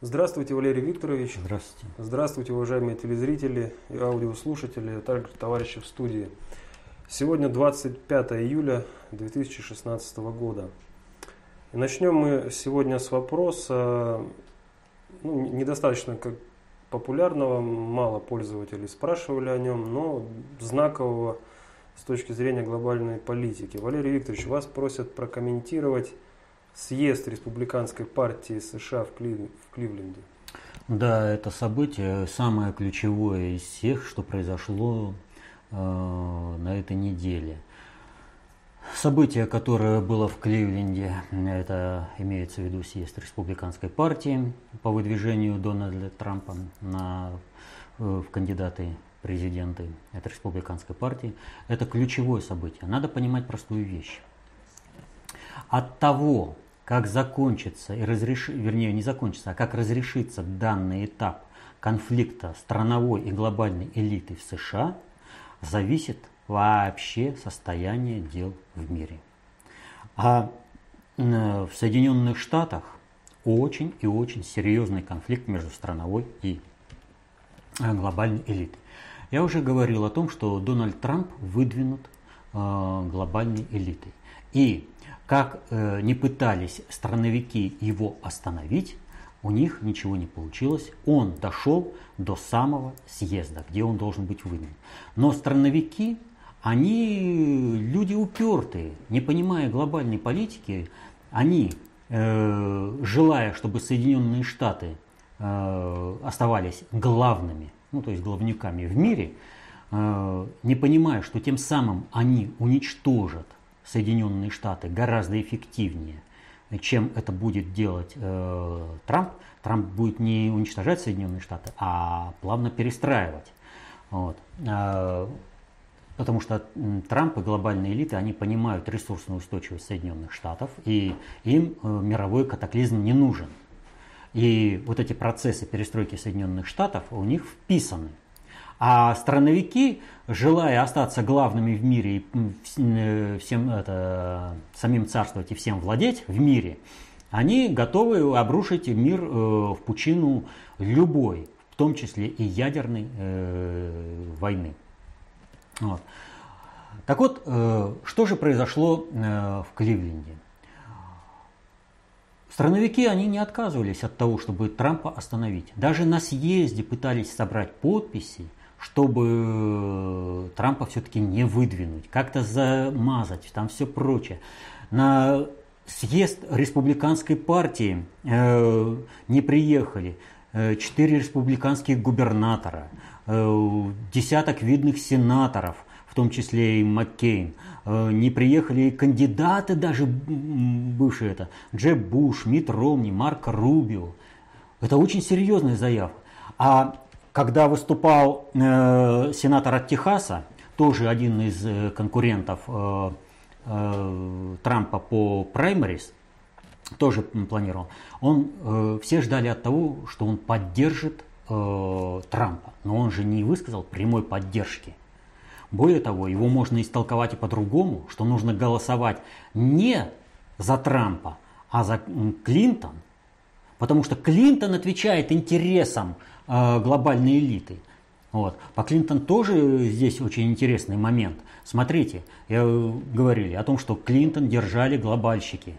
Здравствуйте, Валерий Викторович. Здравствуйте. Здравствуйте, уважаемые телезрители и аудиослушатели, а также товарищи в студии. Сегодня 25 июля 2016 года. И начнем мы сегодня с вопроса, недостаточно популярного, мало пользователей спрашивали о нем, но знакового с точки зрения глобальной политики. Валерий Викторович, вас просят прокомментировать съезд Республиканской партии США в Кливленде. Да, это событие самое ключевое из всех, что произошло на этой неделе. Событие, которое было в Кливленде, это имеется в виду съезд Республиканской партии по выдвижению Дональда Трампа в кандидаты президенты этой Республиканской партии. Это ключевое событие. Надо понимать простую вещь. От того, как закончится не закончится, а как разрешится данный этап конфликта страновой и глобальной элиты в США, зависит вообще состояние дел в мире. А в Соединенных Штатах очень и очень серьезный конфликт между страновой и глобальной элитой. Я уже говорил о том, что Дональд Трамп выдвинут глобальной элитой. И как ни пытались страновики его остановить, у них ничего не получилось. Он дошел до самого съезда, где он должен быть выдвинут. Но страновики, они люди упертые, не понимая глобальной политики, они, желая, чтобы Соединенные Штаты оставались главными, то есть главняками в мире, не понимая, что тем самым они уничтожат Соединенные Штаты гораздо эффективнее, чем это будет делать Трамп. Трамп будет не уничтожать Соединенные Штаты, а плавно перестраивать. Потому что Трамп и глобальные элиты, они понимают ресурсную устойчивость Соединенных Штатов, и им мировой катаклизм не нужен. И вот эти процессы перестройки Соединенных Штатов у них вписаны. А страновики, желая остаться главными в мире и самим царствовать и всем владеть в мире, они готовы обрушить мир в пучину любой, в том числе и ядерной войны. Так вот, что же произошло в Кливленде? Страновики, они не отказывались от того, чтобы Трампа остановить. Даже на съезде пытались собрать подписи, чтобы Трампа все-таки не выдвинуть, как-то замазать, там все прочее. На съезд Республиканской партии не приехали 4 республиканских губернатора, десяток видных сенаторов, в том числе и Маккейн. Не приехали и кандидаты даже бывшие, Джеб Буш, Митт Ромни, Марко Рубио. Это очень серьезная заявка. А когда выступал сенатор от Техаса, тоже один из конкурентов Трампа по праймерис, тоже планировал, все ждали от того, что он поддержит Трампа. Но он же не высказал прямой поддержки. Более того, его можно истолковать и по-другому, что нужно голосовать не за Трампа, а за Клинтон, потому что Клинтон отвечает интересам глобальной элиты. По Клинтон тоже здесь очень интересный момент. Смотрите, говорили о том, что Клинтон держали глобальщики.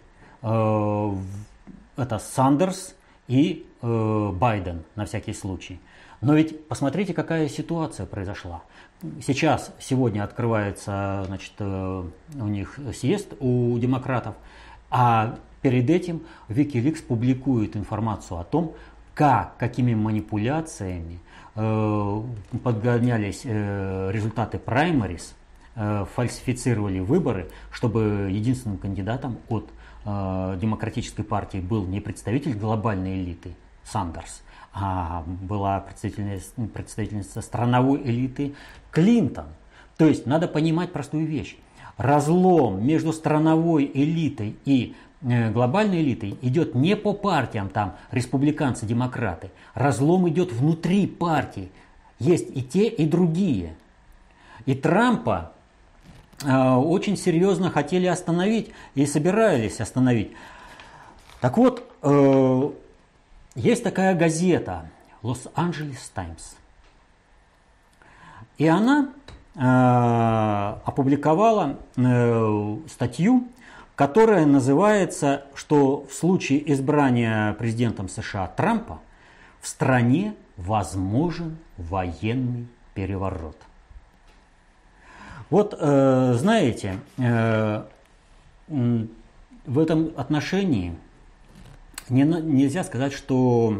Это Сандерс и Байден на всякий случай. Но ведь посмотрите, какая ситуация произошла. Сегодня открывается, у них съезд у демократов, а перед этим Wikileaks публикует информацию о том, какими манипуляциями подгонялись результаты праймерис, фальсифицировали выборы, чтобы единственным кандидатом от демократической партии был не представитель глобальной элиты Сандерс, а была представительница страновой элиты Клинтон. То есть надо понимать простую вещь. Разлом между страновой элитой и глобальной элитой идет не по партиям, там республиканцы, демократы. Разлом идет внутри партии. Есть и те, и другие. И Трампа очень серьезно хотели остановить и собирались остановить. Так вот, есть такая газета «Лос-Анджелес Таймс». И она опубликовала статью, которая называется, что в случае избрания президентом США Трампа в стране возможен военный переворот. Вот, знаете, в этом отношении нельзя сказать, что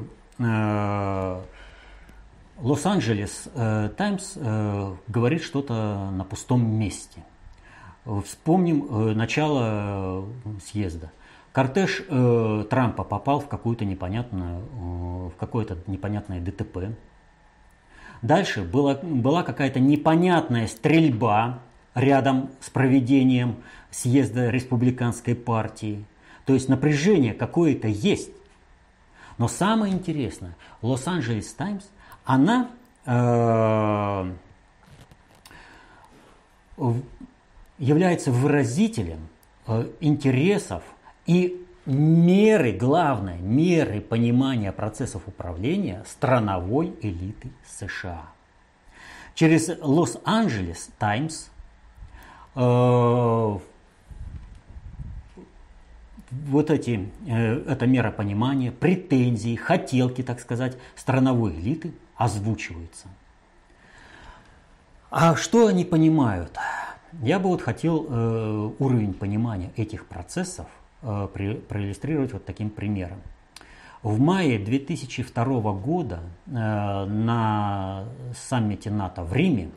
Лос-Анджелес Таймс говорит что-то на пустом месте. Вспомним начало съезда. Кортеж Трампа попал в какое-то непонятное ДТП. Дальше была какая-то непонятная стрельба рядом с проведением съезда республиканской партии. То есть напряжение какое-то есть. Но самое интересное, Лос-Анджелес Таймс, она является выразителем интересов и меры, главное, меры понимания процессов управления страновой элиты США. Через Лос-Анджелес Таймс эта мера понимания, претензии, хотелки, так сказать, страновой элиты озвучиваются. А что они понимают? Я бы хотел уровень понимания этих процессов проиллюстрировать вот таким примером. В мае 2002 года на саммите НАТО в Риме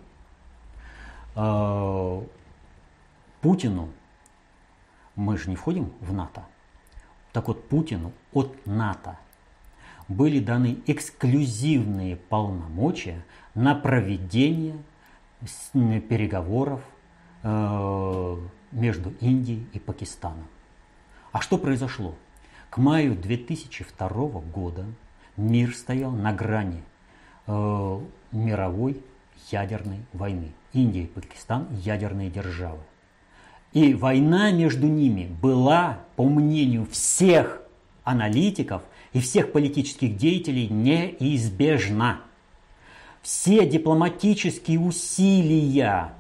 Путину, мы же не входим в НАТО, так вот Путину от НАТО были даны эксклюзивные полномочия на проведение переговоров между Индией и Пакистаном. А что произошло? К маю 2002 года мир стоял на грани мировой ядерной войны. Индия и Пакистан – ядерные державы. И война между ними была, по мнению всех аналитиков и всех политических деятелей, неизбежна. Все дипломатические усилия,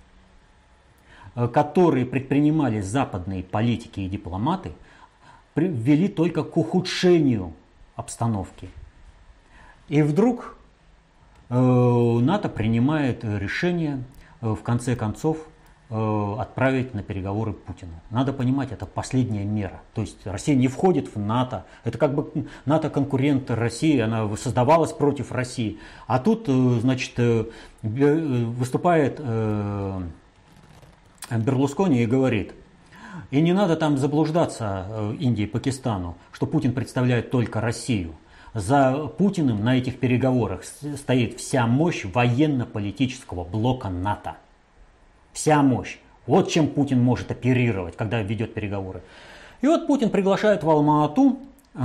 которые предпринимали западные политики и дипломаты, привели только к ухудшению обстановки. И вдруг НАТО принимает решение в конце концов отправить на переговоры Путина. Надо понимать, это последняя мера. То есть Россия не входит в НАТО. Это как бы НАТО конкурент России, она создавалась против России. А тут, значит, выступает Берлускони и говорит: и не надо там заблуждаться Индии и Пакистану, что Путин представляет только Россию. За Путиным на этих переговорах стоит вся мощь военно-политического блока НАТО. Вся мощь. Вот чем Путин может оперировать, когда ведет переговоры. И вот Путин приглашает в Алма-Ату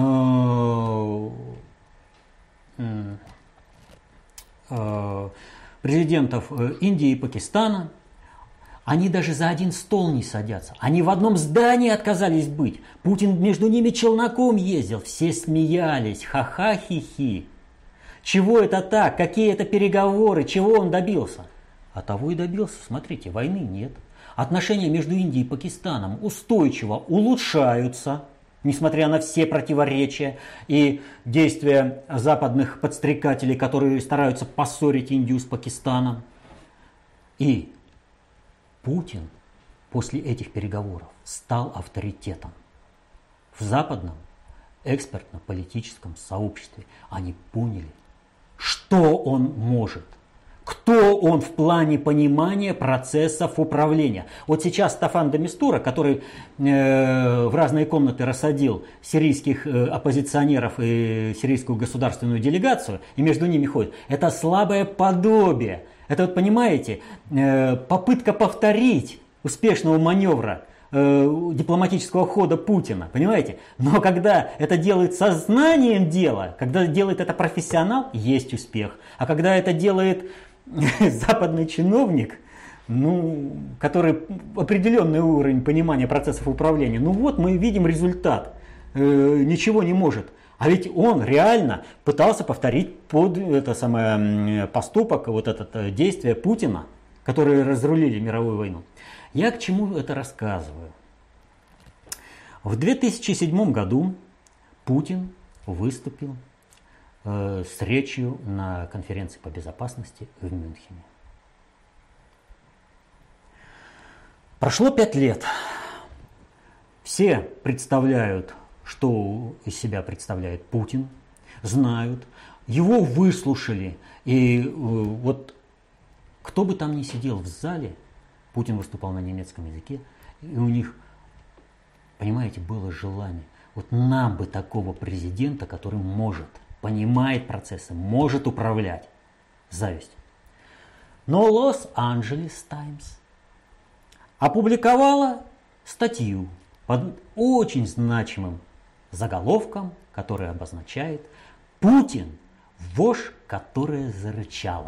президентов Индии и Пакистана. Они даже за один стол не садятся. Они в одном здании отказались быть. Путин между ними челноком ездил. Все смеялись. Ха-ха-хи-хи. Чего это так? Какие это переговоры? Чего он добился? А того и добился. Смотрите, войны нет. Отношения между Индией и Пакистаном устойчиво улучшаются, несмотря на все противоречия и действия западных подстрекателей, которые стараются поссорить Индию с Пакистаном. И Путин после этих переговоров стал авторитетом в западном экспертно-политическом сообществе. Они поняли, что он может, кто он в плане понимания процессов управления. Вот сейчас Стафан де Мистура, который в разные комнаты рассадил сирийских оппозиционеров и сирийскую государственную делегацию, и между ними ходит, это слабое подобие. Это, вот понимаете, попытка повторить успешного маневра дипломатического хода Путина, понимаете? Но когда это делает сознанием дела, когда делает это профессионал, есть успех. А когда это делает западный чиновник, который определенный уровень понимания процессов управления, вот мы видим результат, ничего не может. А ведь он реально пытался повторить поступок, вот это действие Путина, которые разрулили мировую войну. Я к чему это рассказываю? В 2007 году Путин выступил с речью на конференции по безопасности в Мюнхене. Прошло 5 лет. Все представляют, что из себя представляет Путин, знают, его выслушали. И вот кто бы там ни сидел в зале, Путин выступал на немецком языке, и у них, понимаете, было желание. Вот нам бы такого президента, который может, понимает процессы, может управлять. Зависть. Но Лос-Анджелес Таймс опубликовала статью под очень значимым заголовком, который обозначает «Путин – вошь, которая зарычала».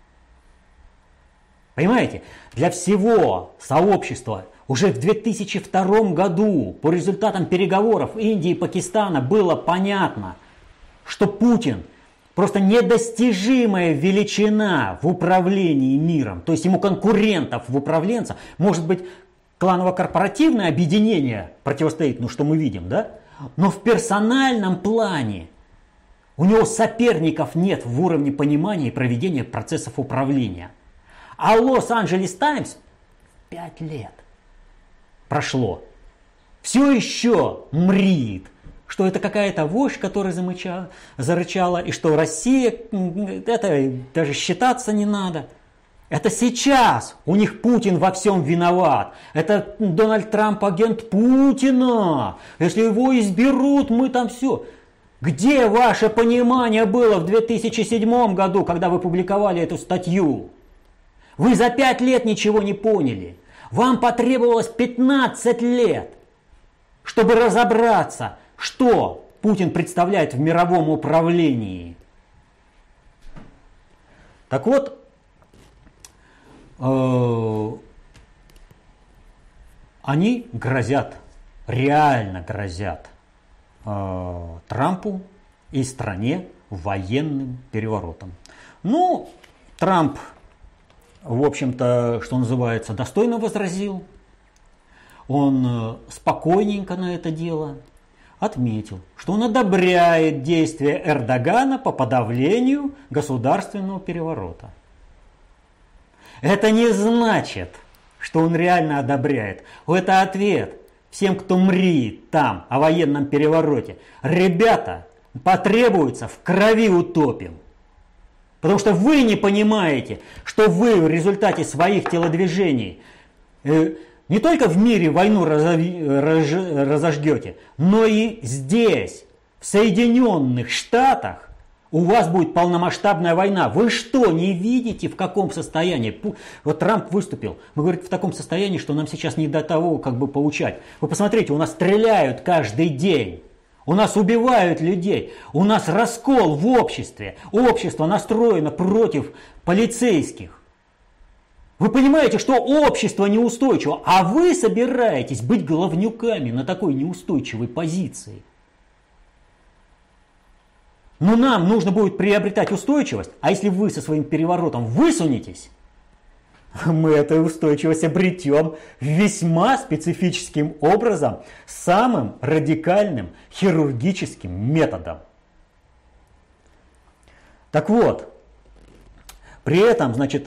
Понимаете, для всего сообщества уже в 2002 году по результатам переговоров Индии и Пакистана было понятно, что Путин просто недостижимая величина в управлении миром. То есть ему конкурентов в управленцах, может быть, кланово-корпоративное объединение противостоит, ну что мы видим, да? Но в персональном плане у него соперников нет в уровне понимания и проведения процессов управления. А Лос-Анджелес Таймс 5 лет прошло. Все еще мрит, что это какая-то вошь, которая зарычала, и что Россия, это даже считаться не надо. Это сейчас у них Путин во всем виноват. Это Дональд Трамп агент Путина. Если его изберут, мы там все. Где ваше понимание было в 2007 году, когда вы публиковали эту статью? Вы за 5 лет ничего не поняли. Вам потребовалось 15 лет, чтобы разобраться, что Путин представляет в мировом управлении. Так вот, они грозят, реально грозят Трампу и стране военным переворотом. Ну, Трамп, в общем-то, что называется, достойно возразил. Он спокойненько на это дело отметил, что он одобряет действия Эрдогана по подавлению государственного переворота. Это не значит, что он реально одобряет. Это ответ всем, кто мрит там о военном перевороте. Ребята, потребуется, в крови утопим. Потому что вы не понимаете, что вы в результате своих телодвижений не только в мире войну разожгете, но и здесь, в Соединенных Штатах, у вас будет полномасштабная война. Вы что, не видите, в каком состоянии? Вот Трамп выступил. Мы говорим, в таком состоянии, что нам сейчас не до того, как бы поучать. Вы посмотрите, у нас стреляют каждый день. У нас убивают людей. У нас раскол в обществе. Общество настроено против полицейских. Вы понимаете, что общество неустойчиво, а вы собираетесь быть головнюками на такой неустойчивой позиции. Но нам нужно будет приобретать устойчивость, а если вы со своим переворотом высунетесь, мы эту устойчивость обретем весьма специфическим образом, самым радикальным хирургическим методом. Так вот, при этом, значит,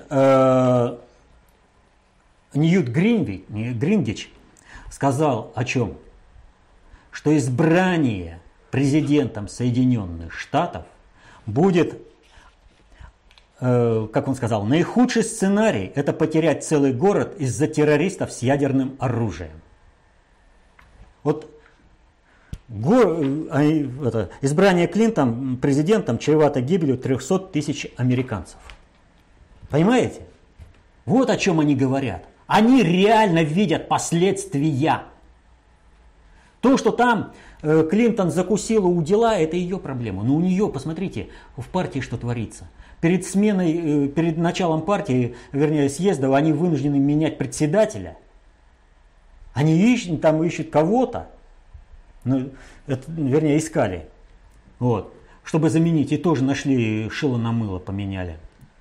Ньют Гингрич сказал о чем? Что избрание президентом Соединенных Штатов будет, как он сказал, наихудший сценарий – это потерять целый город из-за террористов с ядерным оружием. Вот избрание Клинтон президентом чревато гибелью 300 тысяч американцев. Понимаете? Вот о чем они говорят. Они реально видят последствия. То, что там Клинтон закусила у дела, это ее проблема. Но у нее, посмотрите, в партии что творится. Перед сменой, перед началом партии, вернее съезда, они вынуждены менять председателя. Они ищут кого-то, ну, это, вернее искали. Вот. Чтобы заменить, и тоже нашли, шило на мыло поменяли.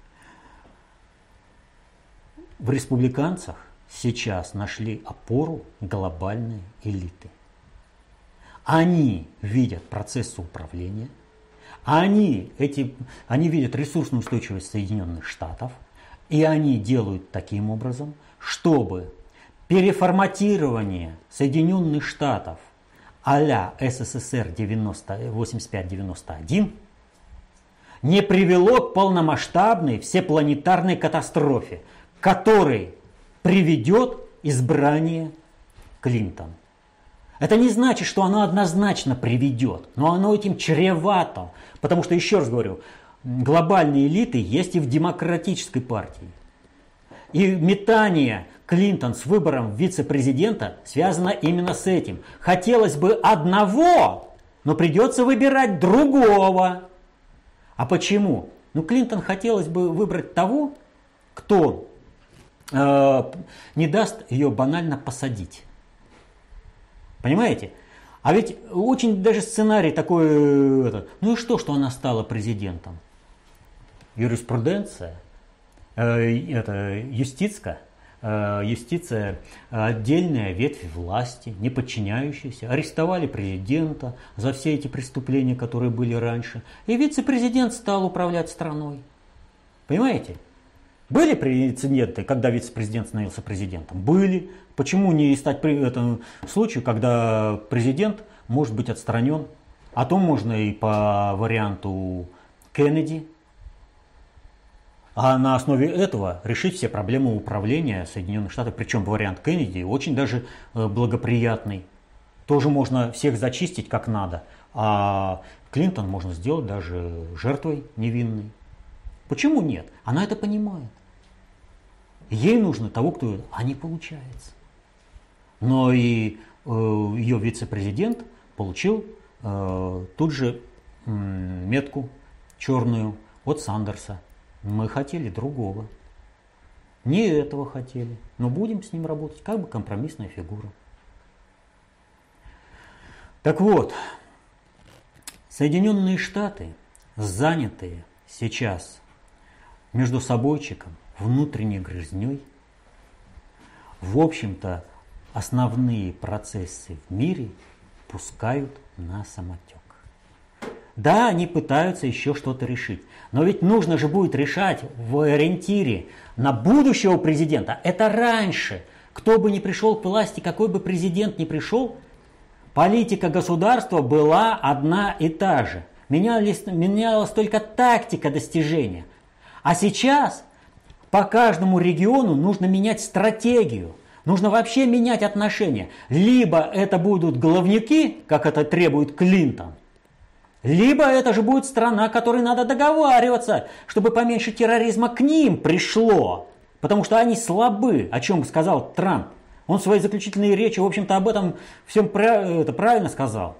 В республиканцах сейчас нашли опору глобальной элиты. Они видят процессы управления, они видят ресурсную устойчивость Соединенных Штатов, и они делают таким образом, чтобы переформатирование Соединенных Штатов а-ля СССР 85-91 не привело к полномасштабной всепланетарной катастрофе, который приведет избрание Клинтон. Это не значит, что оно однозначно приведет, но оно этим чревато. Потому что, еще раз говорю, глобальные элиты есть и в демократической партии. И метание Клинтон с выбором вице-президента связано именно с этим. Хотелось бы одного, но придется выбирать другого. А почему? Клинтон хотелось бы выбрать того, кто не даст ее банально посадить. Понимаете? А ведь очень даже сценарий такой, ну и что она стала президентом? Юриспруденция, юстиция, отдельная ветвь власти, не подчиняющаяся, арестовали президента за все эти преступления, которые были раньше, и вице-президент стал управлять страной. Понимаете? Были прецеденты, когда вице-президент становился президентом? Были. Почему не стать этому случаю, когда президент может быть отстранен? А то можно и по варианту Кеннеди. А на основе этого решить все проблемы управления Соединенных Штатов. Причем вариант Кеннеди очень даже благоприятный. Тоже можно всех зачистить как надо. А Клинтон можно сделать даже жертвой невинной. Почему нет? Она это понимает. Ей нужно того, кто... А не получается. Но и ее вице-президент получил тут же метку черную от Сандерса. Мы хотели другого. Не этого хотели. Но будем с ним работать. Как бы компромиссная фигура. Так вот, Соединенные Штаты, занятые сейчас между собойчиком, внутренней грызней, в общем-то, основные процессы в мире пускают на самотек. Да, они пытаются еще что-то решить, но ведь нужно же будет решать в ориентире на будущего президента. Это раньше. Кто бы ни пришел к власти, какой бы президент ни пришел, политика государства была одна и та же. Менялась только тактика достижения. А сейчас по каждому региону нужно менять стратегию. Нужно вообще менять отношения. Либо это будут головники, как это требует Клинтон, либо это же будет страна, которой надо договариваться, чтобы поменьше терроризма к ним пришло. Потому что они слабы, о чем сказал Трамп. Он в своей заключительной речи, в общем-то, об этом всем правильно сказал.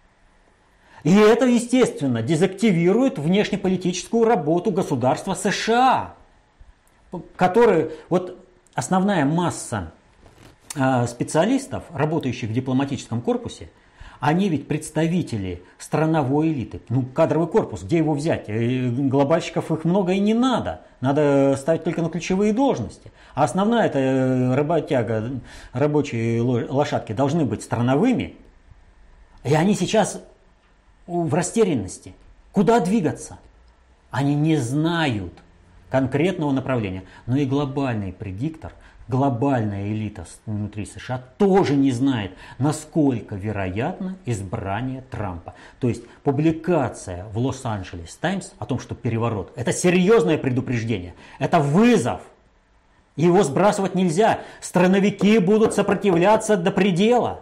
И это, естественно, дезактивирует внешнеполитическую работу государства США, которые, основная масса специалистов, работающих в дипломатическом корпусе, они ведь представители страновой элиты. Кадровый корпус, где его взять? Глобальщиков их много и не надо. Надо ставить только на ключевые должности. А основная это работяга, рабочие лошадки должны быть страновыми. И они сейчас в растерянности. Куда двигаться? Они не знают конкретного направления. Но и глобальный предиктор, глобальная элита внутри США тоже не знает, насколько вероятно избрание Трампа. То есть публикация в Лос-Анджелес Таймс о том, что переворот, это серьезное предупреждение, это вызов. Его сбрасывать нельзя. Страновики будут сопротивляться до предела.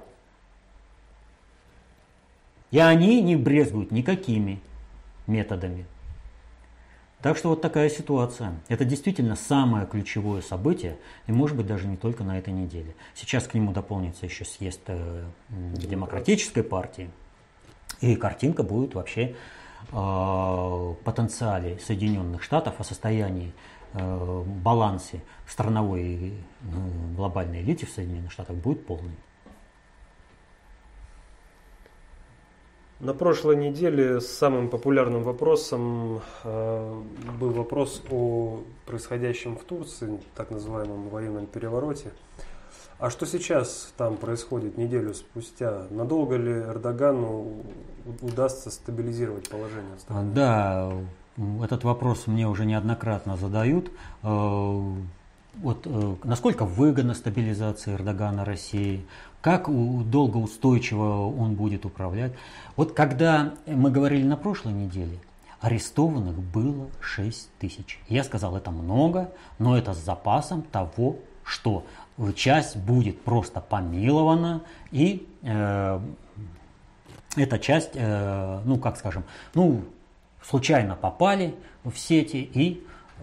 И они не брезгуют никакими методами. Так что такая ситуация. Это действительно самое ключевое событие, и может быть даже не только на этой неделе. Сейчас к нему дополнится еще съезд Демократической партии, и картинка будет вообще о потенциале Соединенных Штатов, о состоянии, балансе страновой и глобальной элите в Соединенных Штатах будет полный. На прошлой неделе самым популярным вопросом был вопрос о происходящем в Турции, так называемом военном перевороте. А что сейчас там происходит неделю спустя? Надолго ли Эрдогану удастся стабилизировать положение? Да, этот вопрос мне уже неоднократно задают. Насколько выгодна стабилизация Эрдогана России, как долго устойчиво он будет управлять. Вот когда мы говорили на прошлой неделе, арестованных было 6 тысяч. Я сказал, это много, но это с запасом того, что часть будет просто помилована, и эта часть, случайно попали в сети, и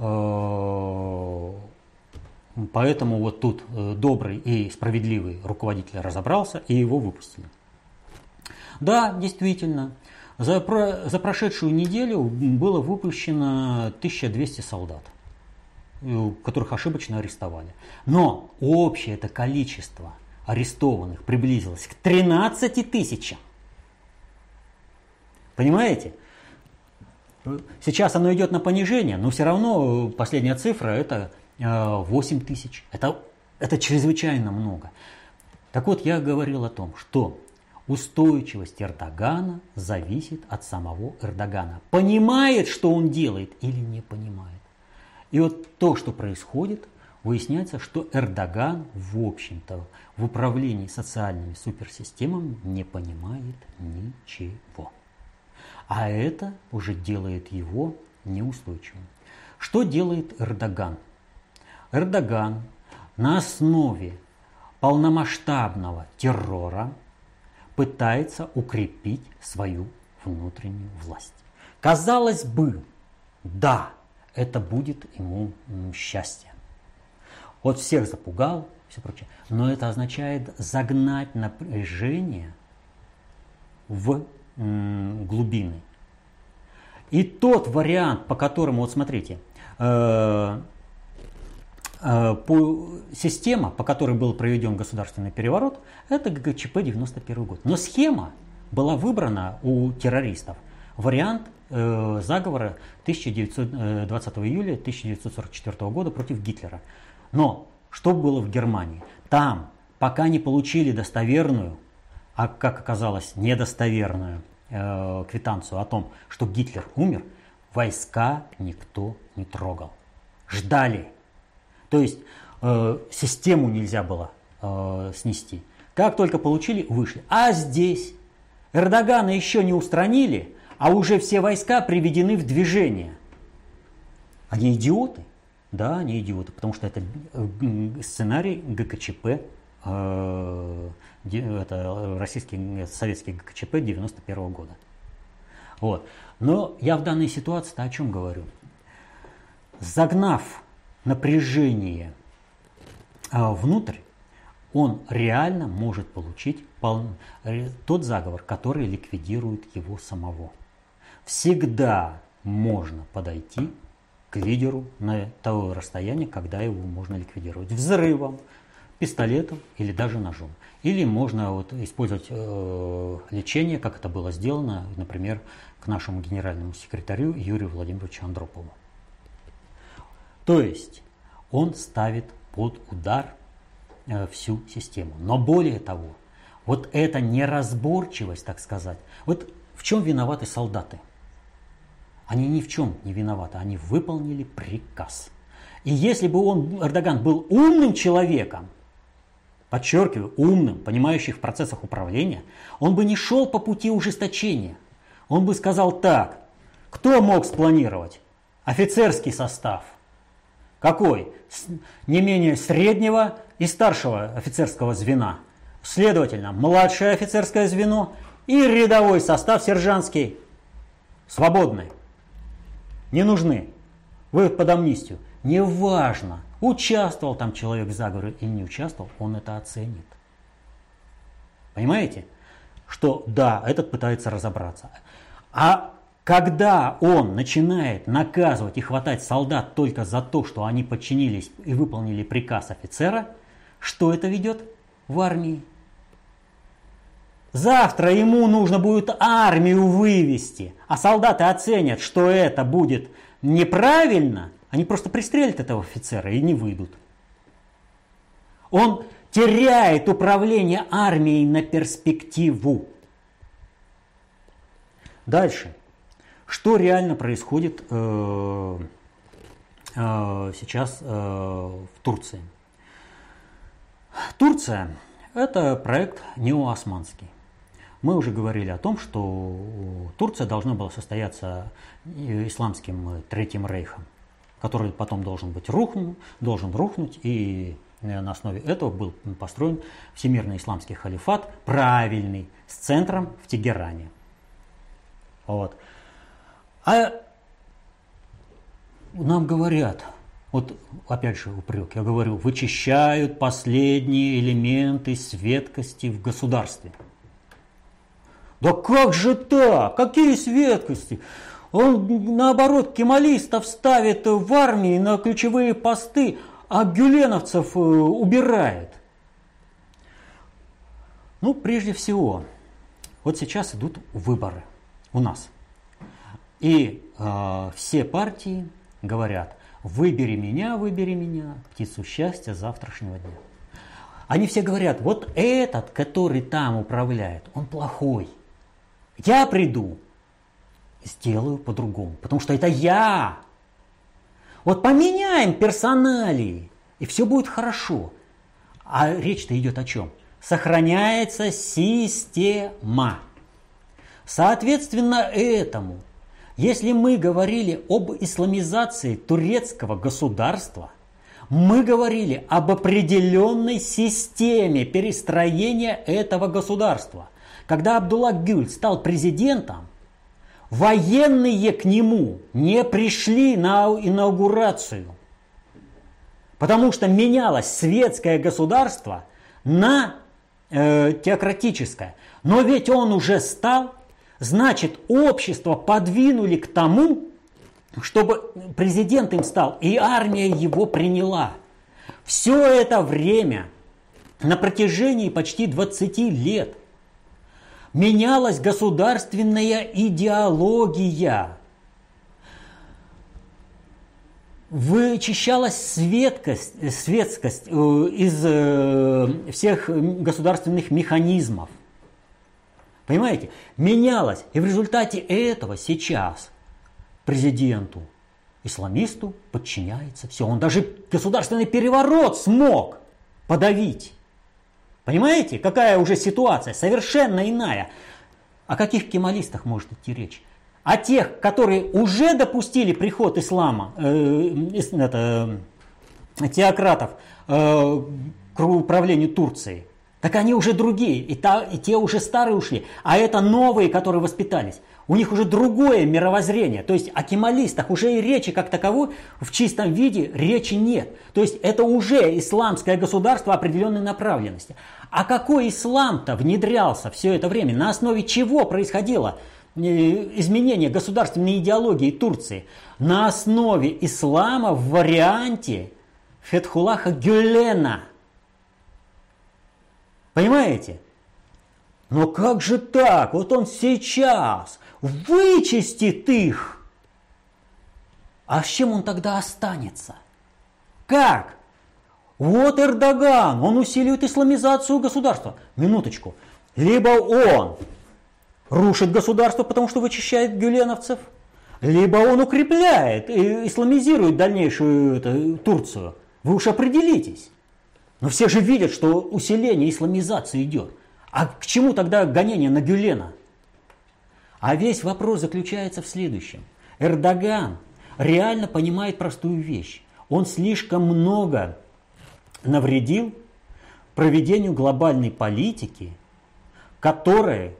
поэтому вот тут добрый и справедливый руководитель разобрался и его выпустили. Да, действительно, за прошедшую неделю было выпущено 1200 солдат, которых ошибочно арестовали. Но общее это количество арестованных приблизилось к 13 тысячам. Понимаете? Сейчас оно идет на понижение, но все равно последняя цифра это 8 тысяч. Это чрезвычайно много. Так вот, я говорил о том, что устойчивость Эрдогана зависит от самого Эрдогана. Понимает, что он делает, или не понимает. И вот то, что происходит, выясняется, что Эрдоган, в общем-то, в управлении социальными суперсистемами не понимает ничего. А это уже делает его неустойчивым. Что делает Эрдоган? Эрдоган на основе полномасштабного террора пытается укрепить свою внутреннюю власть. Казалось бы, да, это будет ему счастье. Вот всех запугал, все прочее. Но это означает загнать напряжение в глубины. И тот вариант, по которому, вот смотрите, система, по которой был проведен государственный переворот, это ГКЧП 91 год. Но схема была выбрана у террористов. Вариант заговора 20 июля 1944 года против Гитлера. Но что было в Германии? Там, пока не получили достоверную, а как оказалось, недостоверную квитанцию о том, что Гитлер умер, войска никто не трогал. Ждали. То есть систему нельзя было снести. Как только получили, вышли. А здесь Эрдогана еще не устранили, а уже все войска приведены в движение. Они идиоты? Да, они идиоты, потому что это сценарий ГКЧП, это советский ГКЧП 91 года. Вот. Но я в данной ситуации о чем говорю? Загнав напряжение внутрь, он реально может получить тот заговор, который ликвидирует его самого. Всегда можно подойти к лидеру на то расстояние, когда его можно ликвидировать. Взрывом, пистолетом или даже ножом. Или можно использовать лечение, как это было сделано, например, к нашему генеральному секретарю Юрию Владимировичу Андропову. То есть он ставит под удар всю систему. Но более того, вот эта неразборчивость, так сказать, вот в чем виноваты солдаты? Они ни в чем не виноваты, они выполнили приказ. И если бы Эрдоган был умным человеком, подчеркиваю, умным, понимающим в процессах управления, он бы не шел по пути ужесточения. Он бы сказал так: кто мог спланировать? Офицерский состав. Какой? Не менее среднего и старшего офицерского звена. Следовательно, младшее офицерское звено и рядовой состав сержантский. Свободны. Не нужны. Вы под амнистию. Неважно, участвовал там человек в заговоре или не участвовал, он это оценит. Понимаете? Что да, этот пытается разобраться. А когда он начинает наказывать и хватать солдат только за то, что они подчинились и выполнили приказ офицера, что это ведет в армии? Завтра ему нужно будет армию вывести, а солдаты оценят, что это будет неправильно, они просто пристрелят этого офицера и не выйдут. Он теряет управление армией на перспективу. Дальше. Что реально происходит сейчас в Турции? Турция – это проект неоосманский. Мы уже говорили о том, что Турция должна была состояться исламским Третьим Рейхом, который потом должен рухнуть, и на основе этого был построен Всемирный исламский халифат, правильный, с центром в Тегеране. Вот. А нам говорят, вот опять же упрек, я говорю, вычищают последние элементы светкости в государстве. Да как же так? Какие светкости? Он, наоборот, кемалистов ставит в армии на ключевые посты, а гюленовцев убирает. Ну, прежде всего, вот сейчас идут выборы у нас. И все партии говорят, выбери меня, птицу счастья завтрашнего дня. Они все говорят, вот этот, который там управляет, он плохой. Я приду, сделаю по-другому, потому что это я. Вот поменяем персоналии, и все будет хорошо. А речь-то идет о чем? Сохраняется система. Соответственно этому, если мы говорили об исламизации турецкого государства, мы говорили об определенной системе перестроения этого государства. Когда Абдулла Гюль стал президентом, военные к нему не пришли на инаугурацию, потому что менялось светское государство на теократическое. Но ведь он уже стал, значит, общество подвинули к тому, чтобы президент им стал, и армия его приняла. Все это время, на протяжении почти 20 лет, менялась государственная идеология. Вычищалась светскость из всех государственных механизмов. Понимаете? Менялась. И в результате этого сейчас президенту, исламисту подчиняется все. Он даже государственный переворот смог подавить. Понимаете, какая уже ситуация? Совершенно иная. О каких кемалистах может идти речь? О тех, которые уже допустили приход ислама, теократов к управлению Турцией. Так они уже другие, и те уже старые ушли. А это новые, которые воспитались. У них уже другое мировоззрение. То есть о кемалистах уже и речи как таковой в чистом виде речи нет. То есть это уже исламское государство определенной направленности. А какой ислам-то внедрялся все это время? На основе чего происходило изменение государственной идеологии Турции? На основе ислама в варианте Фетхуллаха Гюлена. Понимаете? Но как же так? Вот он сейчас вычистит их. А с чем он тогда останется? Как? Вот Эрдоган, он усиливает исламизацию государства. Минуточку. Либо он рушит государство, потому что вычищает гюленовцев, либо он укрепляет и исламизирует дальнейшую Турцию. Вы уж определитесь. Но все же видят, что усиление исламизации идет. А к чему тогда гонение на Гюлена? А весь вопрос заключается в следующем. Эрдоган реально понимает простую вещь. Он слишком много навредил проведению глобальной политики, глобальщики,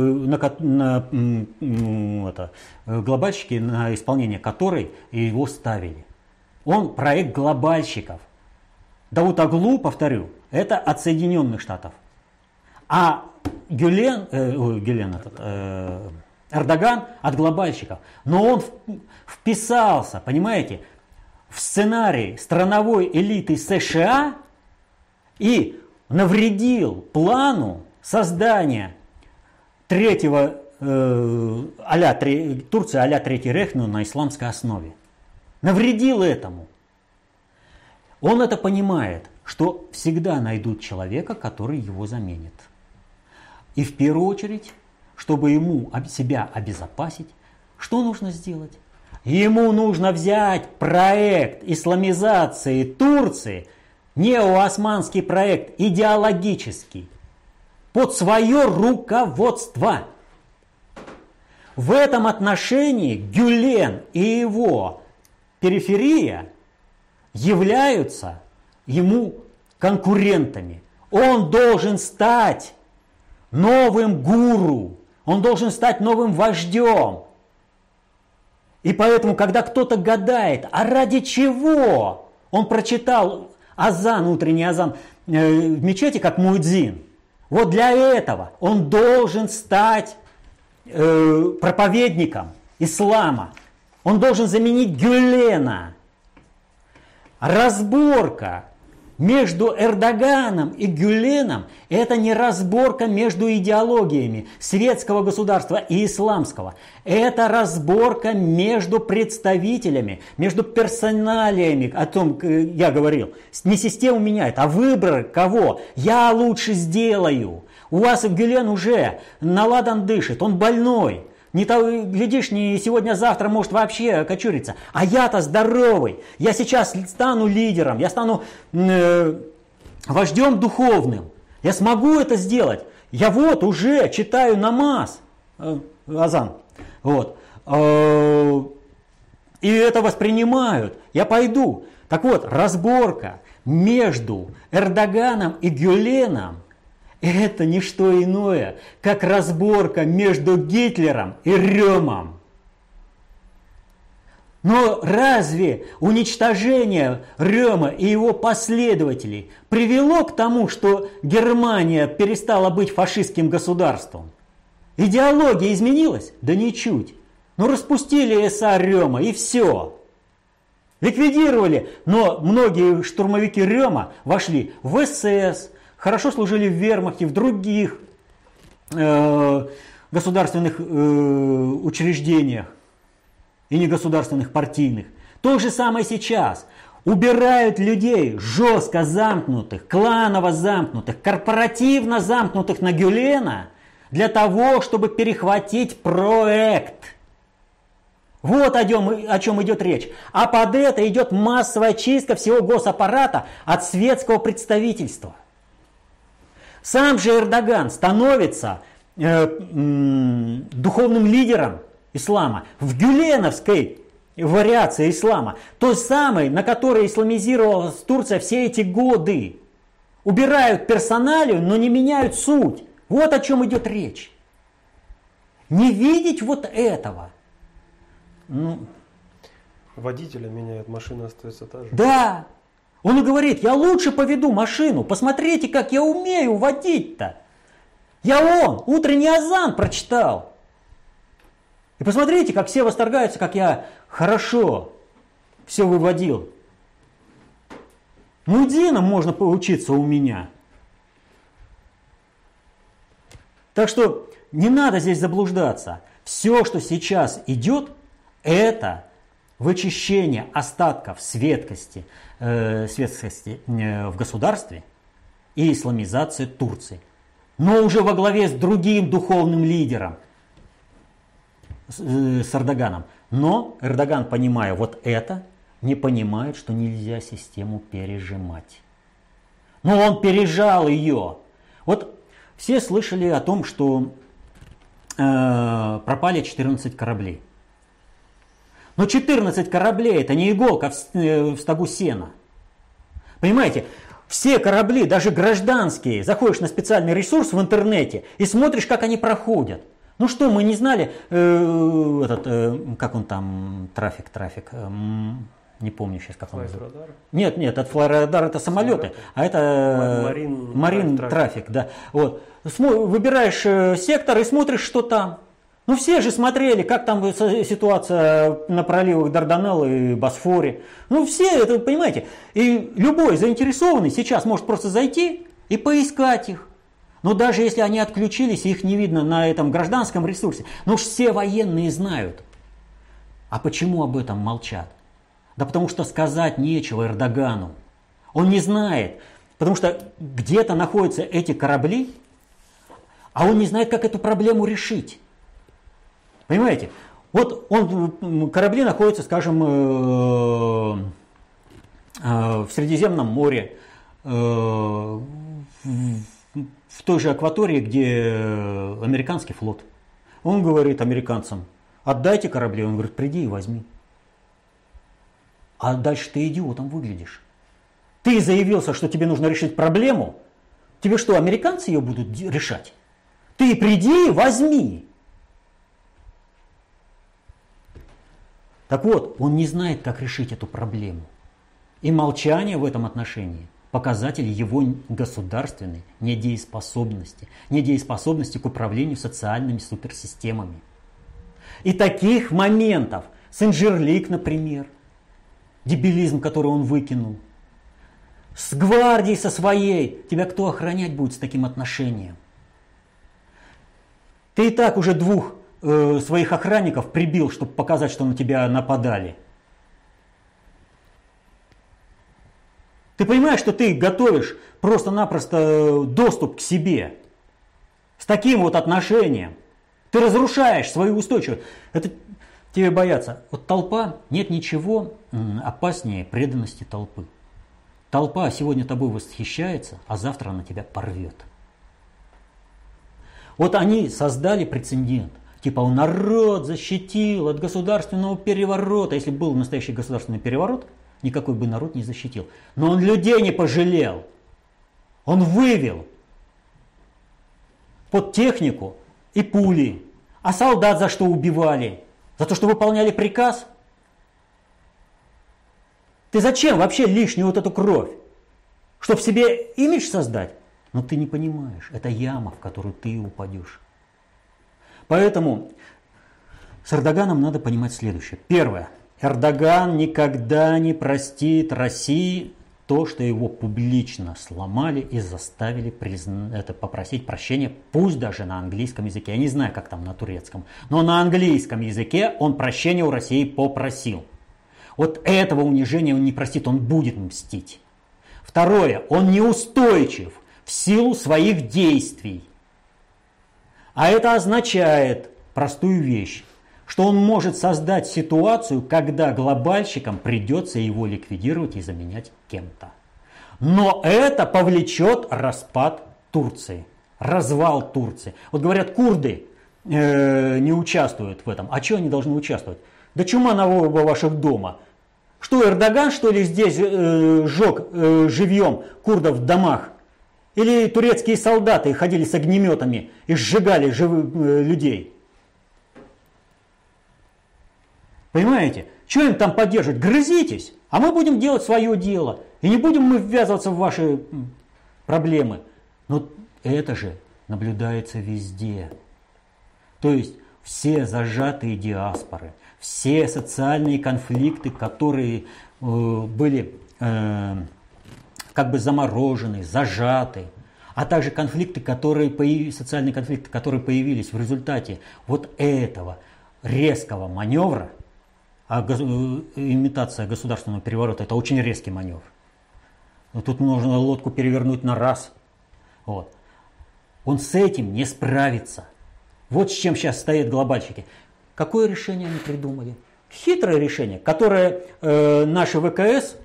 на исполнение которой его ставили. Он проект глобальщиков. Давутоглу, повторю, это от Соединенных Штатов. А Эрдоган от глобальщиков. Но он вписался, понимаете, в сценарий страновой элиты США и навредил плану создания третьего, Турция а-ля Третий Рейх, но на исламской основе. Навредил этому. Он это понимает, что всегда найдут человека, который его заменит. И в первую очередь, чтобы ему себя обезопасить, что нужно сделать? Ему нужно взять проект исламизации Турции, неоосманский проект, идеологический, под свое руководство. В этом отношении Гюлен и его периферия являются ему конкурентами. Он должен стать новым гуру, он должен стать новым вождем. И поэтому, когда кто-то гадает, а ради чего он прочитал азан, утренний азан в мечети, как муэдзин, вот для этого он должен стать проповедником ислама. Он должен заменить Гюлена. Разборка между Эрдоганом и Гюленом – это не разборка между идеологиями светского государства и исламского. Это разборка между представителями, между персоналиями, о том я говорил. Не систему меняет, а выбор кого. Я лучше сделаю. У вас Гюлен уже наладан дышит, он больной. Не то, глядишь, не сегодня-завтра может вообще окочуриться. А я-то здоровый. Я сейчас стану лидером, я стану вождем духовным. Я смогу это сделать. Я вот уже читаю намаз, азан. Вот. И это воспринимают. Я пойду. Так вот, разборка между Эрдоганом и Гюленом — это не что иное, как разборка между Гитлером и Рёмом. Но разве уничтожение Рёма и его последователей привело к тому, что Германия перестала быть фашистским государством? Идеология изменилась? Да ничуть. Ну распустили СА Рёма и все. Ликвидировали, но многие штурмовики Рёма вошли в СС, хорошо служили в вермахте, в других государственных учреждениях и негосударственных партийных. То же самое сейчас. Убирают людей жестко замкнутых, кланово замкнутых, корпоративно замкнутых на Гюлена для того, чтобы перехватить проект. Вот о чем идет речь. А под это идет массовая чистка всего госаппарата от светского представительства. Сам же Эрдоган становится духовным лидером ислама в гюленовской вариации ислама, той самой, на которой исламизировалась Турция все эти годы. Убирают персоналию, но не меняют суть. Вот о чем идет речь. Не видеть вот этого. Водителя меняют, машина остается та же. Да. Он и говорит, я лучше поведу машину. Посмотрите, как я умею водить-то. Я утренний азан прочитал. И посмотрите, как все восторгаются, как я хорошо все выводил. Муэдзинам можно поучиться у меня. Так что не надо здесь заблуждаться. Все, что сейчас идет, это вычищение остатков светскости в государстве и исламизация Турции. Но уже во главе с другим духовным лидером, с Эрдоганом. Но Эрдоган, понимая вот это, не понимает, что нельзя систему пережимать. Но он пережал ее. Вот все слышали о том, что пропали 14 кораблей. Но 14 кораблей это не иголка в стогу сена. Понимаете, все корабли, даже гражданские, заходишь на специальный ресурс в интернете и смотришь, как они проходят. Ну что, мы не знали, как он там, трафик, не помню сейчас, как он называется. Нет, от флайрадар это самолеты, а это марин трафик, да. Вот. Выбираешь сектор и смотришь, что там. Ну все же смотрели, как там ситуация на проливах Дарданелл и Босфоре. Ну все это, понимаете. И любой заинтересованный сейчас может просто зайти и поискать их. Но даже если они отключились, их не видно на этом гражданском ресурсе, но уж все военные знают. А почему об этом молчат? Да потому что сказать нечего Эрдогану. Он не знает, потому что где-то находятся эти корабли, а он не знает, как эту проблему решить. Понимаете? Вот корабли находятся, скажем, в Средиземном море, в той же акватории, где американский флот. Он говорит американцам: отдайте корабли. Он говорит: приди и возьми. А дальше ты идиотом выглядишь. Ты заявился, что тебе нужно решить проблему. Тебе что, американцы ее будут решать? Ты приди и возьми. Так вот, он не знает, как решить эту проблему. И молчание в этом отношении – показатель его государственной недееспособности, недееспособности к управлению социальными суперсистемами. И таких моментов, Сен-Жерлик, например, дебилизм, который он выкинул, с гвардией со своей, тебя кто охранять будет с таким отношением? Ты и так уже 2 своих охранников прибил, чтобы показать, что на тебя нападали. Ты понимаешь, что ты готовишь просто-напросто доступ к себе с таким вот отношением. Ты разрушаешь свою устойчивость. Это тебе бояться. Вот толпа, нет ничего опаснее преданности толпы. Толпа сегодня тобой восхищается, а завтра она тебя порвет. Вот они создали прецедент. Типа народ защитил от государственного переворота. Если был настоящий государственный переворот, никакой бы народ не защитил. Но он людей не пожалел. Он вывел под технику и пули. А солдат за что убивали? За то, что выполняли приказ? Ты зачем вообще лишнюю вот эту кровь? Чтоб себе имидж создать? Но ты не понимаешь, это яма, в которую ты упадешь. Поэтому с Эрдоганом надо понимать следующее. Первое. Эрдоган никогда не простит России то, что его публично сломали и заставили попросить прощения, пусть даже на английском языке. Я не знаю, как там на турецком, но на английском языке он прощения у России попросил. Вот этого унижения он не простит, он будет мстить. Второе. Он неустойчив в силу своих действий. А это означает простую вещь, что он может создать ситуацию, когда глобальщикам придется его ликвидировать и заменять кем-то. Но это повлечет распад Турции, развал Турции. Вот говорят, курды не участвуют в этом. А что они должны участвовать? Да чума на оба ваших дома. Что, Эрдоган, что ли, здесь сжег живьем курдов в домах? Или турецкие солдаты ходили с огнеметами и сжигали живых людей? Понимаете? Что им там поддерживать? Грызитесь, а мы будем делать свое дело. И не будем мы ввязываться в ваши проблемы. Но это же наблюдается везде. То есть все зажатые диаспоры, все социальные конфликты, которые были как бы заморожены, зажаты, а также конфликты, социальные конфликты, которые появились в результате вот этого резкого маневра, а имитация государственного переворота – это очень резкий маневр. Но тут нужно лодку перевернуть на раз. Вот. Он с этим не справится. Вот с чем сейчас стоят глобальщики. Какое решение они придумали? Хитрое решение, которое наши ВКС,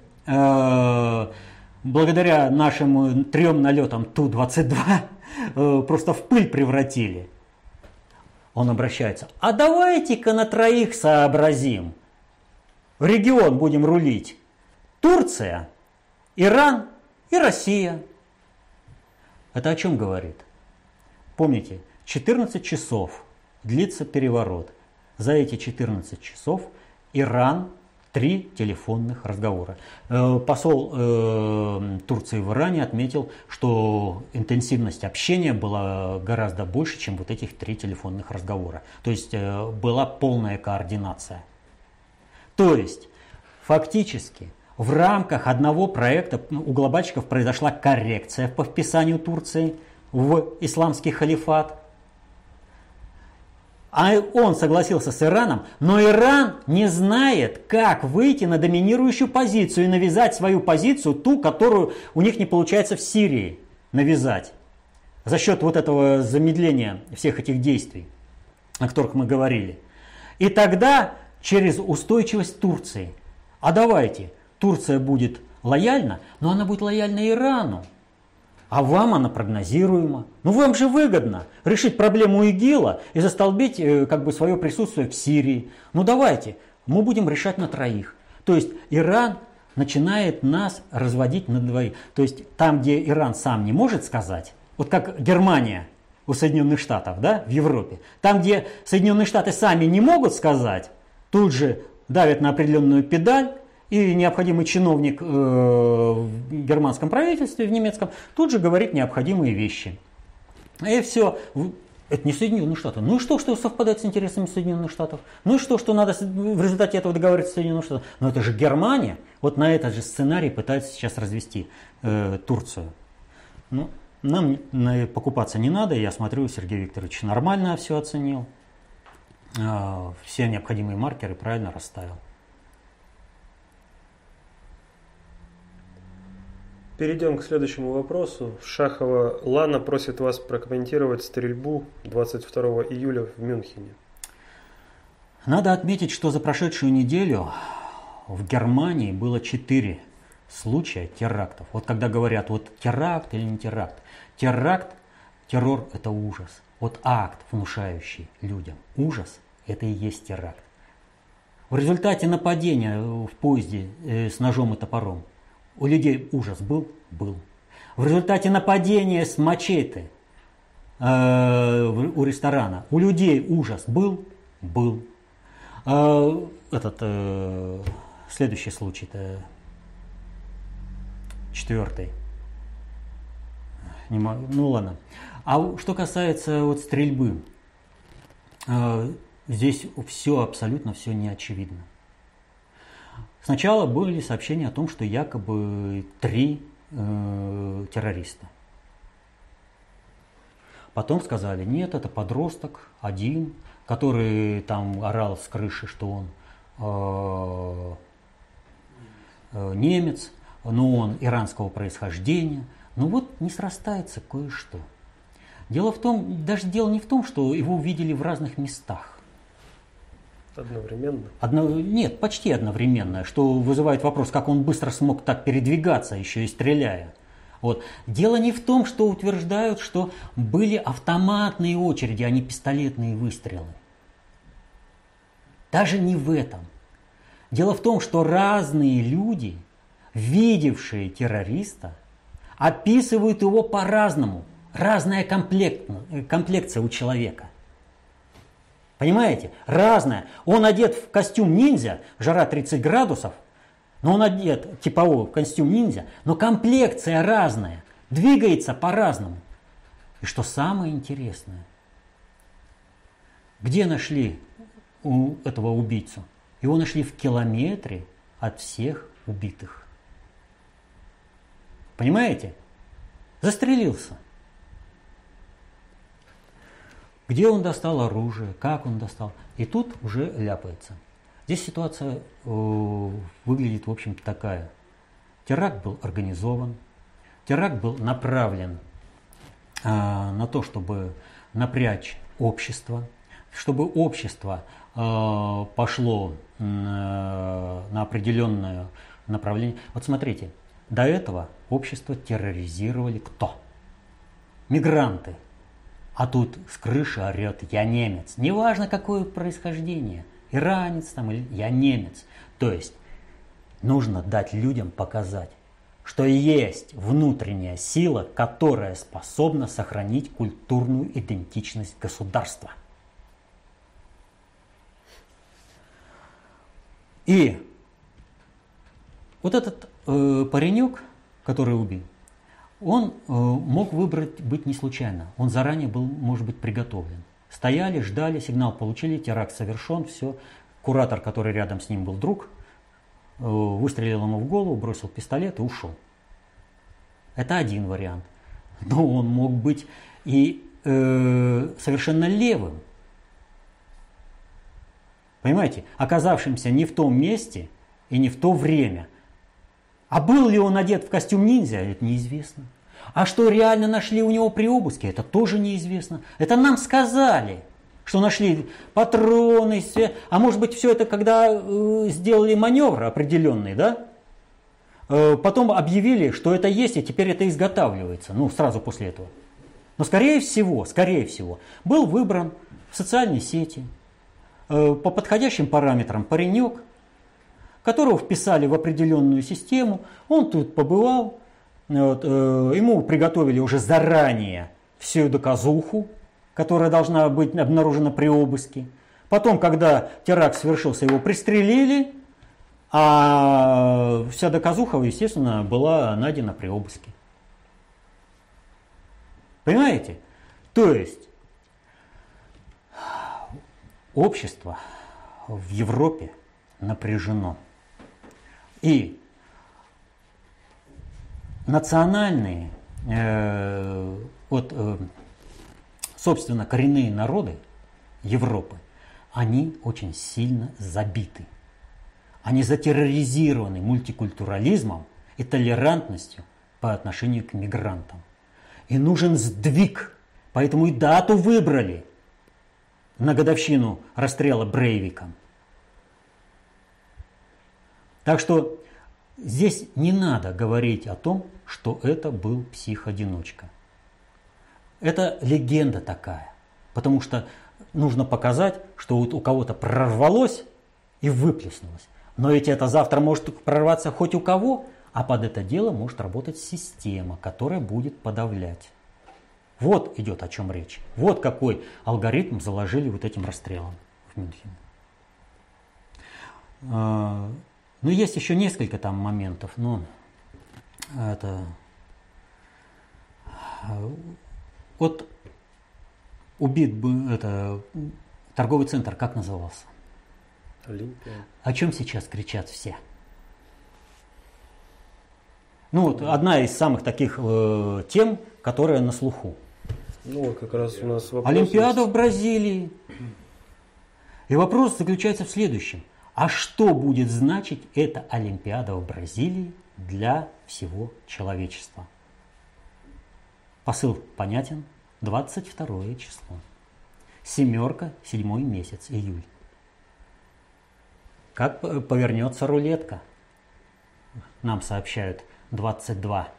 благодаря нашим 3 налетам Ту-22, просто в пыль превратили. Он обращается: а давайте-ка на 3 сообразим. Регион будем рулить. Турция, Иран и Россия. Это о чем говорит? Помните, 14 часов длится переворот. За эти 14 часов Иран 3 телефонных разговора. Посол Турции в Иране отметил, что интенсивность общения была гораздо больше, чем вот этих 3 телефонных разговора. То есть была полная координация. То есть фактически в рамках одного проекта у глобальщиков произошла коррекция по вписанию Турции. в исламский халифат. А он согласился с Ираном, но Иран не знает, как выйти на доминирующую позицию и навязать свою позицию, ту, которую у них не получается в Сирии навязать. За счет вот этого замедления всех этих действий, о которых мы говорили. И тогда через устойчивость Турции. А давайте, Турция будет лояльна, но она будет лояльна Ирану. А вам она прогнозируема. Ну вам же выгодно решить проблему ИГИЛа и застолбить как бы свое присутствие в Сирии. Ну давайте, мы будем решать на троих. То есть Иран начинает нас разводить на двоих. То есть там, где Иран сам не может сказать, вот как Германия у Соединенных Штатов, да, в Европе, там, где Соединенные Штаты сами не могут сказать, тут же давят на определенную педаль, и необходимый чиновник в германском правительстве, в немецком, тут же говорит необходимые вещи. И все. Это не Соединенные Штаты. Ну и что совпадает с интересами Соединенных Штатов? Ну и что надо в результате этого договориться с Соединенными Штатами? Но это же Германия. Вот на этот же сценарий пытается сейчас развести Турцию. Ну, нам покупаться не надо. Я смотрю, Сергей Викторович нормально все оценил. Все необходимые маркеры правильно расставил. Перейдем к следующему вопросу. Шахова Лана просит вас прокомментировать стрельбу 22 июля в Мюнхене. Надо отметить, что за прошедшую неделю в Германии было 4 случая терактов. Вот когда говорят, вот теракт или не теракт. Террор – это ужас. Вот акт, внушающий людям ужас, это и есть теракт. В результате нападения в поезде с ножом и топором у людей ужас был? Был. В результате нападения с мачете у ресторана у людей ужас был? Был. Следующий случай-то 4. Ну ладно. А что касается вот стрельбы, здесь все абсолютно все не очевидно. Сначала были сообщения о том, что якобы 3 террориста. Потом сказали, нет, это подросток, один, который там орал с крыши, что он немец, но он иранского происхождения. Ну вот не срастается кое-что. Дело не в том, что его увидели в разных местах. Одновременно? Нет, почти одновременно, что вызывает вопрос, как он быстро смог так передвигаться, еще и стреляя. Вот. Дело не в том, что утверждают, что были автоматные очереди, а не пистолетные выстрелы. Даже не в этом. Дело в том, что разные люди, видевшие террориста, описывают его по-разному. Разная комплекция у человека. Понимаете? Разная. Он одет в костюм ниндзя, жара 30 градусов, но он одет типовой в костюм ниндзя, но комплекция разная, двигается по-разному. И что самое интересное, где нашли у этого убийцу? Его нашли в километре от всех убитых. Понимаете? Застрелился. Где он достал оружие, как он достал. И тут уже ляпается. Здесь ситуация выглядит, в общем-то, такая. Теракт был организован. Теракт был направлен на то, чтобы напрячь общество. Чтобы общество пошло на определенное направление. Вот смотрите, до этого общество терроризировали кто? Мигранты. А тут с крыши орет «я немец». Неважно, какое происхождение. Иранец там или «я немец». То есть нужно дать людям показать, что есть внутренняя сила, которая способна сохранить культурную идентичность государства. И вот этот паренек, который убил, он мог быть не случайно. Он заранее был, может быть, приготовлен. Стояли, ждали, сигнал получили, теракт совершен, все. Куратор, который рядом с ним был друг, выстрелил ему в голову, бросил пистолет и ушел. Это один вариант. но он мог быть и совершенно левым. Понимаете, оказавшимся не в том месте и не в то время. А был ли он одет в костюм ниндзя, это неизвестно. А что реально нашли у него при обыске, это тоже неизвестно. Это нам сказали, что нашли патроны, а может быть все это когда сделали маневр определенный, да? Потом объявили, что это есть, и теперь это изготавливается, сразу после этого. Но скорее всего, был выбран в социальной сети по подходящим параметрам паренек, которого вписали в определенную систему, он тут побывал, ему приготовили уже заранее всю доказуху, которая должна быть обнаружена при обыске. Потом, когда теракт совершился, его пристрелили, а вся доказуха, естественно, была найдена при обыске. Понимаете? То есть общество в Европе напряжено. И национальные, собственно, коренные народы Европы, они очень сильно забиты. Они затерроризированы мультикультурализмом и толерантностью по отношению к мигрантам. И нужен сдвиг, поэтому и дату выбрали на годовщину расстрела Брейвика. Так что здесь не надо говорить о том, что это был псих-одиночка. Это легенда такая, потому что нужно показать, что вот у кого-то прорвалось и выплеснулось. Но ведь это завтра может прорваться хоть у кого, а под это дело может работать система, которая будет подавлять. Вот идет о чем речь. Вот какой алгоритм заложили вот этим расстрелом в Мюнхене. Ну, есть еще несколько там моментов, но это... Вот убит бы это торговый центр, как назывался? Олимпия. О чем сейчас кричат все? Вот одна из самых таких тем, которая на слуху. Как раз у нас вопрос Олимпиада есть. в Бразилии. И вопрос заключается в следующем. А что будет значить эта Олимпиада в Бразилии для всего человечества? Посыл понятен. 22 число. 7, 7 месяц, июль. Как повернется рулетка? Нам сообщают 22.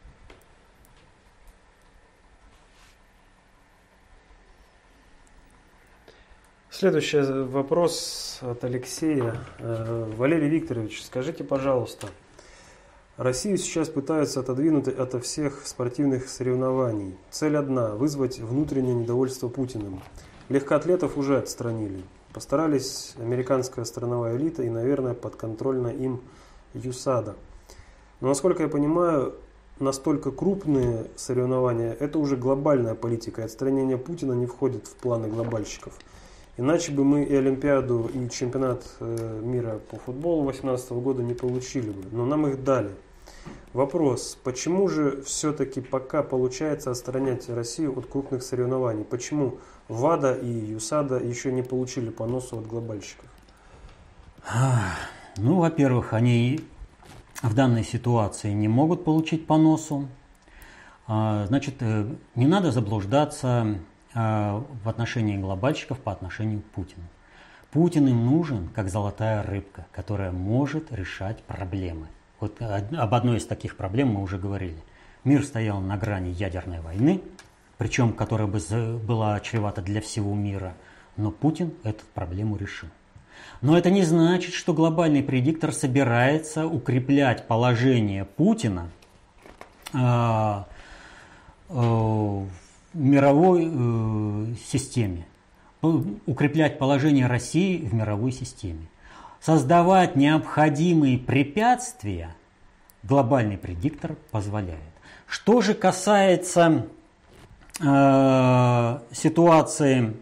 Следующий вопрос от Алексея. Валерий Викторович, скажите, пожалуйста, Россию сейчас пытаются отодвинуть ото всех спортивных соревнований. Цель одна – вызвать внутреннее недовольство Путиным. Легкоатлетов уже отстранили. Постарались американская страновая элита и, наверное, подконтрольно им ЮСАДА. Но, насколько я понимаю, настолько крупные соревнования – это уже глобальная политика, и отстранение Путина не входит в планы глобальщиков. Иначе бы мы и Олимпиаду, и чемпионат мира по футболу 2018 года не получили бы, но нам их дали. Вопрос, почему же все-таки пока получается отстранять Россию от крупных соревнований? Почему ВАДА и ЮСАДА еще не получили по носу от глобальщиков? Ну, во-первых, они в данной ситуации не могут получить по носу. Значит, не надо заблуждаться в отношении глобальщиков по отношению к Путину. Путин им нужен как золотая рыбка, которая может решать проблемы. Вот об одной из таких проблем мы уже говорили. Мир стоял на грани ядерной войны, причем которая бы была чревата для всего мира, но Путин эту проблему решил. Но это не значит, что глобальный предиктор собирается укреплять положение Путина в мировой системе, укреплять положение России в мировой системе. Создавать необходимые препятствия глобальный предиктор позволяет. Что же касается ситуации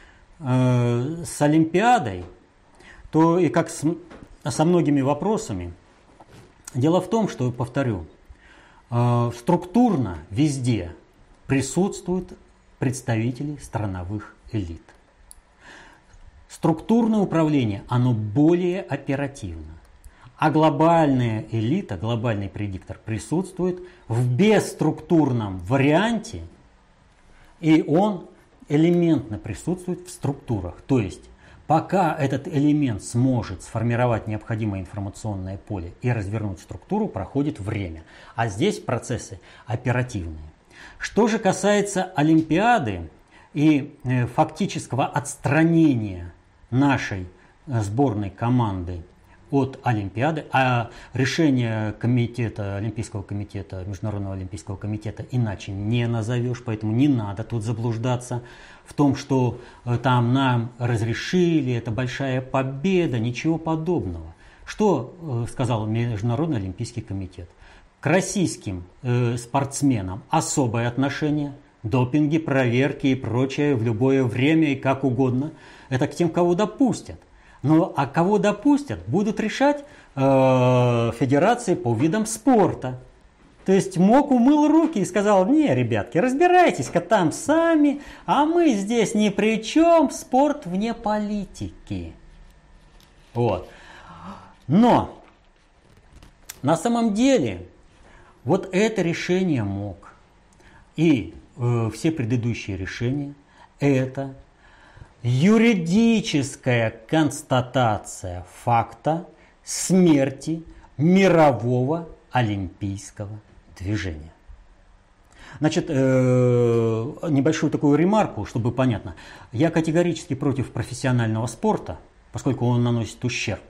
с Олимпиадой, то и как со многими вопросами, дело в том, что, повторю, структурно везде присутствуют представители страновых элит. Структурное управление, оно более оперативно. А глобальная элита, глобальный предиктор присутствует в бесструктурном варианте, и он элементно присутствует в структурах. То есть, пока этот элемент сможет сформировать необходимое информационное поле и развернуть структуру, проходит время. А здесь процессы оперативные. Что же касается Олимпиады и фактического отстранения нашей сборной команды от Олимпиады, а решение комитета, Олимпийского комитета, Международного Олимпийского комитета иначе не назовешь, поэтому не надо тут заблуждаться в том, что там нам разрешили, это большая победа, ничего подобного. Что сказал Международный Олимпийский комитет? К российским спортсменам особое отношение, допинги, проверки и прочее в любое время и как угодно. Это к тем, кого допустят. Но а кого допустят, будут решать федерации по видам спорта. То есть МОК умыл руки и сказал: не, ребятки, разбирайтесь-ка там сами, а мы здесь ни при чем, спорт вне политики. Вот. Но на самом деле вот это решение МОК и все предыдущие решения – это юридическая констатация факта смерти мирового олимпийского движения. Значит, небольшую такую ремарку, чтобы понятно. Я категорически против профессионального спорта, поскольку он наносит ущерб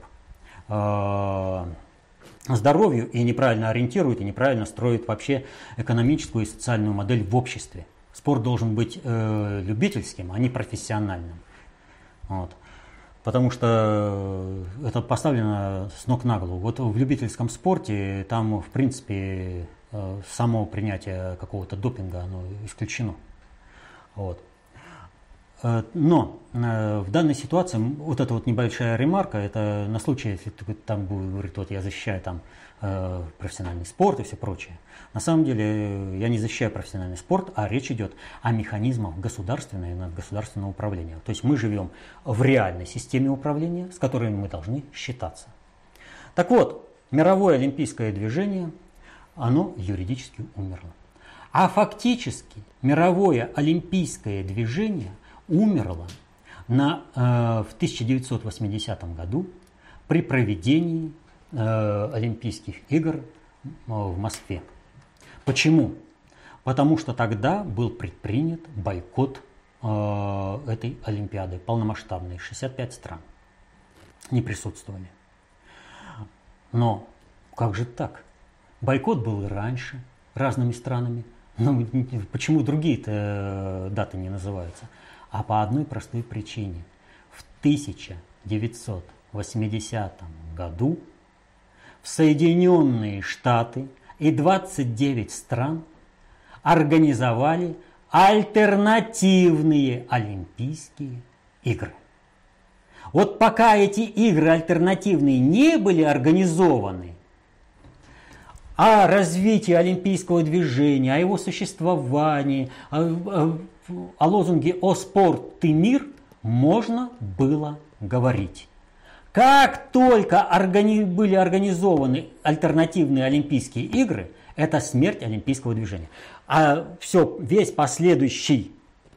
здоровью и неправильно ориентирует, и неправильно строит вообще экономическую и социальную модель в обществе. Спорт должен быть любительским, а не профессиональным. Вот. Потому что это поставлено с ног на голову. Вот в любительском спорте там, в принципе, само принятие какого-то допинга, оно исключено. Вот. Но в данной ситуации, вот эта вот небольшая ремарка, это на случай, если ты там будешь говорить, вот я защищаю там профессиональный спорт и все прочее. На самом деле я не защищаю профессиональный спорт, а речь идет о механизмах государственного и надгосударственного управления. То есть мы живем в реальной системе управления, с которой мы должны считаться. Так вот, мировое олимпийское движение, оно юридически умерло. А фактически мировое олимпийское движение умерло в 1980 году при проведении Олимпийских игр в Москве. Почему? Потому что тогда был предпринят бойкот этой Олимпиады, полномасштабный, 65 стран не присутствовали. Но как же так? Бойкот был и раньше разными странами. Но почему другие-то даты не называются? А по одной простой причине. В 1980 году в Соединенные Штаты и 29 стран организовали альтернативные Олимпийские игры. Вот пока эти игры альтернативные не были организованы, о развитии олимпийского движения, о его существовании, о лозунге «О спорт и мир» можно было говорить. Как только были организованы альтернативные Олимпийские игры, это смерть олимпийского движения. А весь последующий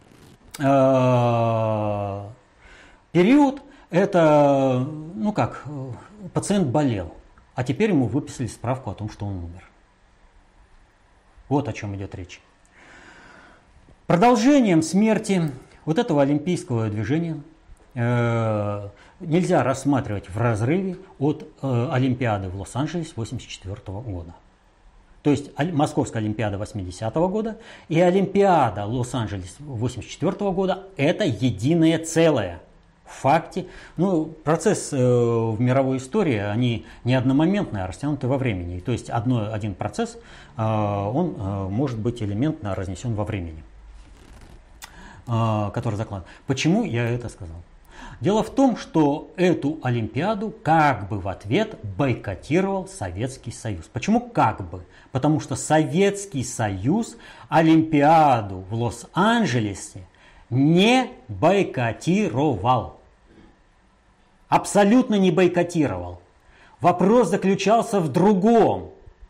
период, это, пациент болел, а теперь ему выписали справку о том, что он умер. Вот о чем идет речь. Продолжением смерти вот этого олимпийского движения нельзя рассматривать в разрыве от Олимпиады в Лос-Анджелесе 1984 года. То есть Московская Олимпиада 80-го года и Олимпиада Лос-Анджелес 1984 года – это единое целое. В факте, процесс в мировой истории, они не одномоментные, а растянуты во времени. То есть один процесс, он может быть элементно разнесен во времени, который закладывает. Почему я это сказал? Дело в том, что эту Олимпиаду как бы в ответ бойкотировал Советский Союз. Почему как бы? Потому что Советский Союз Олимпиаду в Лос-Анджелесе не бойкотировал. Абсолютно не бойкотировал. Вопрос заключался в другом.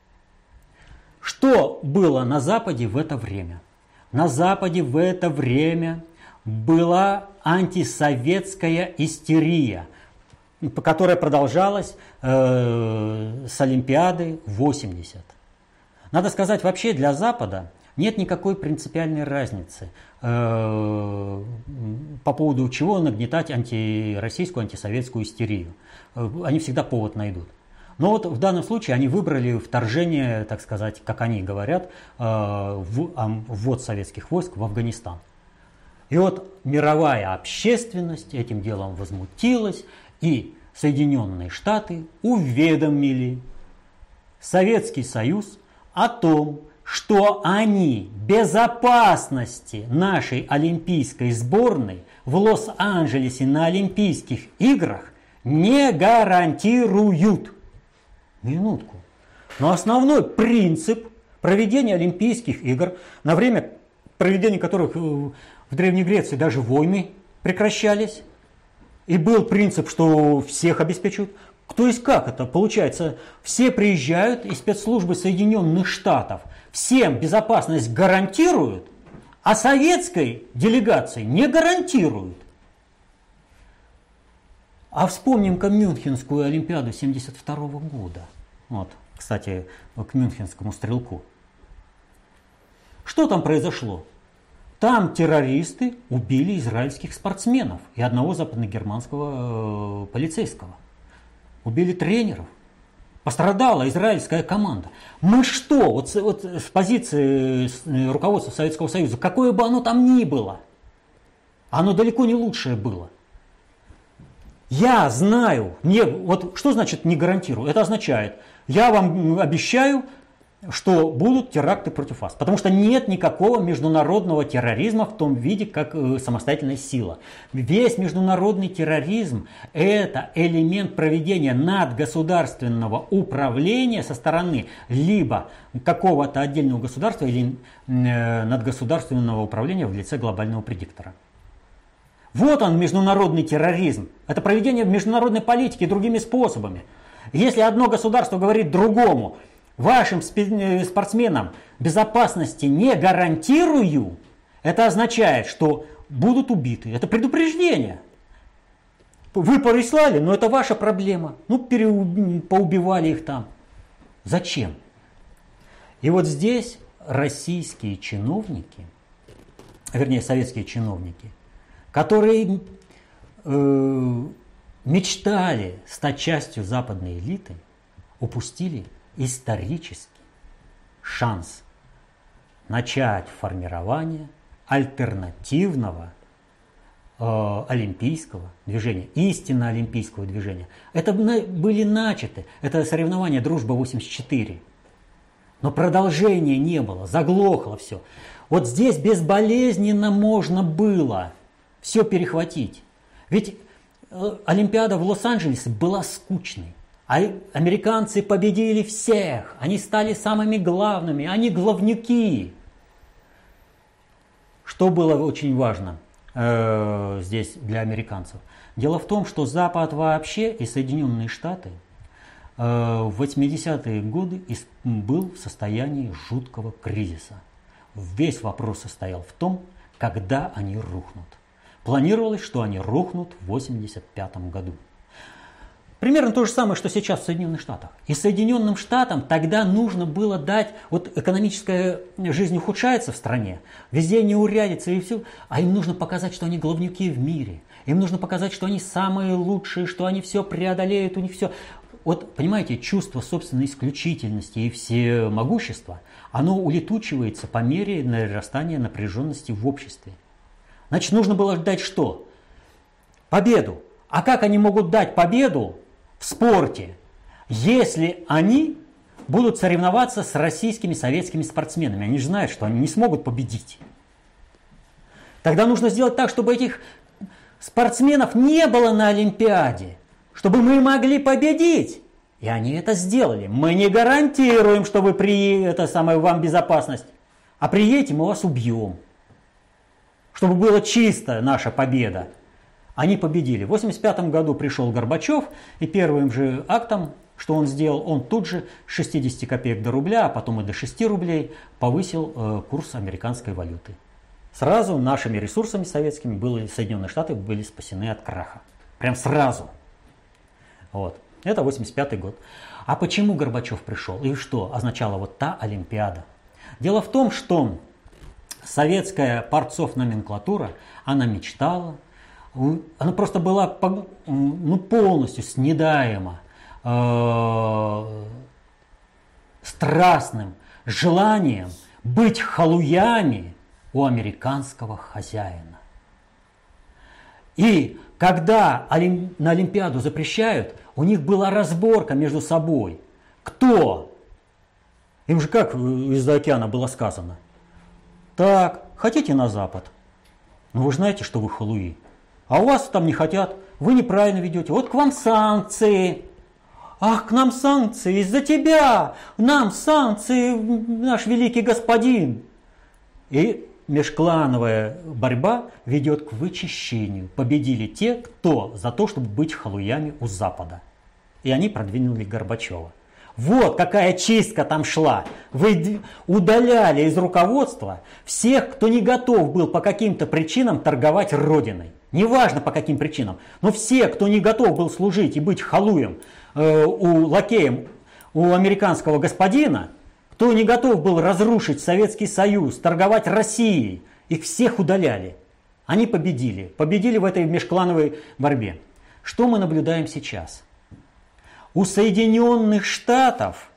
Что было на Западе в это время? На Западе в это время была антисоветская истерия, которая продолжалась с Олимпиады 80. Надо сказать, вообще для Запада нет никакой принципиальной разницы, по поводу чего нагнетать антироссийскую, антисоветскую истерию. Они всегда повод найдут. Но вот в данном случае они выбрали вторжение, так сказать, как они говорят, ввод советских войск в Афганистан. И вот мировая общественность этим делом возмутилась, и Соединенные Штаты уведомили Советский Союз о том, что они безопасности нашей олимпийской сборной в Лос-Анджелесе на Олимпийских играх не гарантируют. Минутку. Но основной принцип проведения Олимпийских игр, на время проведения которых в Древней Греции даже войны прекращались, и был принцип, что всех обеспечивают. То есть как это получается? Все приезжают из спецслужбы Соединенных Штатов, всем безопасность гарантируют, а советской делегации не гарантируют. А вспомним-ка Мюнхенскую Олимпиаду 1972 года. Вот, кстати, к мюнхенскому стрелку. Что там произошло? Там террористы убили израильских спортсменов и одного западногерманского полицейского. Убили тренеров. Пострадала израильская команда. Мы что, вот с позиции руководства Советского Союза, какое бы оно там ни было, оно далеко не лучшее было. Я знаю, вот что значит не гарантирую? Это означает, я вам обещаю, что будут теракты против вас. Потому что нет никакого международного терроризма в том виде, как самостоятельная сила. Весь международный терроризм – это элемент проведения надгосударственного управления со стороны либо какого-то отдельного государства или надгосударственного управления в лице глобального предиктора. Вот он, международный терроризм. Это проведение международной политики другими способами. Если одно государство говорит другому: вашим спортсменам безопасности не гарантирую, это означает, что будут убиты. Это предупреждение. Вы прислали, но это ваша проблема. Поубивали их там. Зачем? И вот здесь российские чиновники, вернее советские чиновники, которые мечтали стать частью западной элиты, упустили исторический шанс начать формирование альтернативного олимпийского движения, истинно олимпийского движения. Это были начаты, это соревнования «Дружба-84». Но продолжения не было, заглохло все. Вот здесь безболезненно можно было все перехватить. Ведь Олимпиада в Лос-Анджелесе была скучной. А американцы победили всех. Они стали самыми главными. Они главнюки. Что было очень важно здесь для американцев? Дело в том, что Запад вообще и Соединенные Штаты в 80-е годы был в состоянии жуткого кризиса. Весь вопрос состоял в том, когда они рухнут. Планировалось, что они рухнут в 1985 году. Примерно то же самое, что сейчас в Соединенных Штатах. И Соединенным Штатам тогда нужно было дать, вот экономическая жизнь ухудшается в стране, везде неурядица и все, а им нужно показать, что они главнюки в мире. Им нужно показать, что они самые лучшие, что они все преодолеют, у них все. Вот, понимаете, чувство собственной исключительности и всемогущества, оно улетучивается по мере нарастания напряженности в обществе. Значит, нужно было дать что? Победу. А как они могут дать победу в спорте, если они будут соревноваться с российскими советскими спортсменами? Они же знают, что они не смогут победить. Тогда нужно сделать так, чтобы этих спортсменов не было на Олимпиаде, чтобы мы могли победить. И они это сделали. Мы не гарантируем, что вы вам безопасность, а приедете, мы вас убьем. Чтобы была чистая наша победа. Они победили. В 1985 году пришел Горбачев, и первым же актом, что он сделал, он тут же с 60 копеек до рубля, а потом и до 6 рублей повысил курс американской валюты. Сразу нашими ресурсами советскими Соединенные Штаты были спасены от краха. Прям сразу. Вот. Это 1985 год. А почему Горбачев пришел? И что означала вот та Олимпиада? Дело в том, что советская партсовноменклатура, она мечтала, она просто была полностью снедаема страстным желанием быть халуями у американского хозяина. И когда на Олимпиаду запрещают, у них была разборка между собой. Кто? Им же как из-за океана было сказано? Так, хотите на Запад? Ну вы же знаете, что вы халуи. А у вас там не хотят, вы неправильно ведете. Вот к вам санкции. Ах, к нам санкции из-за тебя. Нам санкции, наш великий господин. И межклановая борьба ведет к вычищению. Победили те, кто за то, чтобы быть халуями у Запада. И они продвинули Горбачева. Вот какая чистка там шла. Вы удаляли из руководства всех, кто не готов был по каким-то причинам торговать Родиной. Неважно по каким причинам. Но все, кто не готов был служить и быть халуем, лакеем у американского господина, кто не готов был разрушить Советский Союз, торговать Россией, их всех удаляли. Они победили. Победили в этой межклановой борьбе. Что мы наблюдаем сейчас? У Соединенных Штатов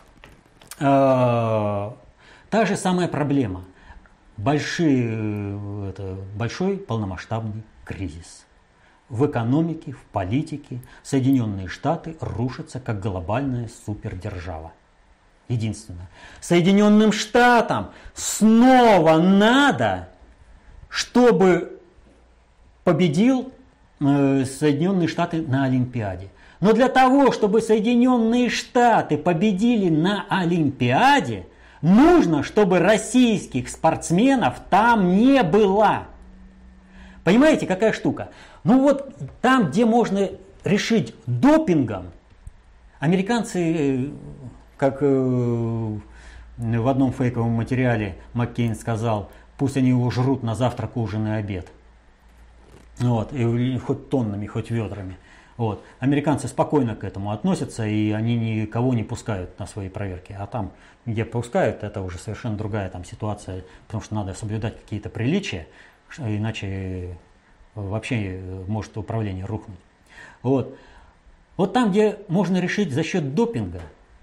та же самая проблема. Большой полномасштабный кризис. В экономике, в политике Соединенные Штаты рушатся как глобальная супердержава. Единственное. Соединенным Штатам снова надо, чтобы победил Соединенные Штаты на Олимпиаде. Но для того, чтобы Соединенные Штаты победили на Олимпиаде, нужно, чтобы российских спортсменов там не было. Понимаете, какая штука? Ну вот там, где можно решить допингом, американцы, как в одном фейковом материале Маккейн сказал, пусть они его жрут на завтрак, ужин и обед. Вот, и хоть тоннами, хоть ведрами. Вот. Американцы спокойно к этому относятся, и они никого не пускают на свои проверки. А там, где пускают, это уже совершенно другая там ситуация, потому что надо соблюдать какие-то приличия, иначе вообще может управление рухнуть. Вот. Вот там, где можно решить за счет допинга,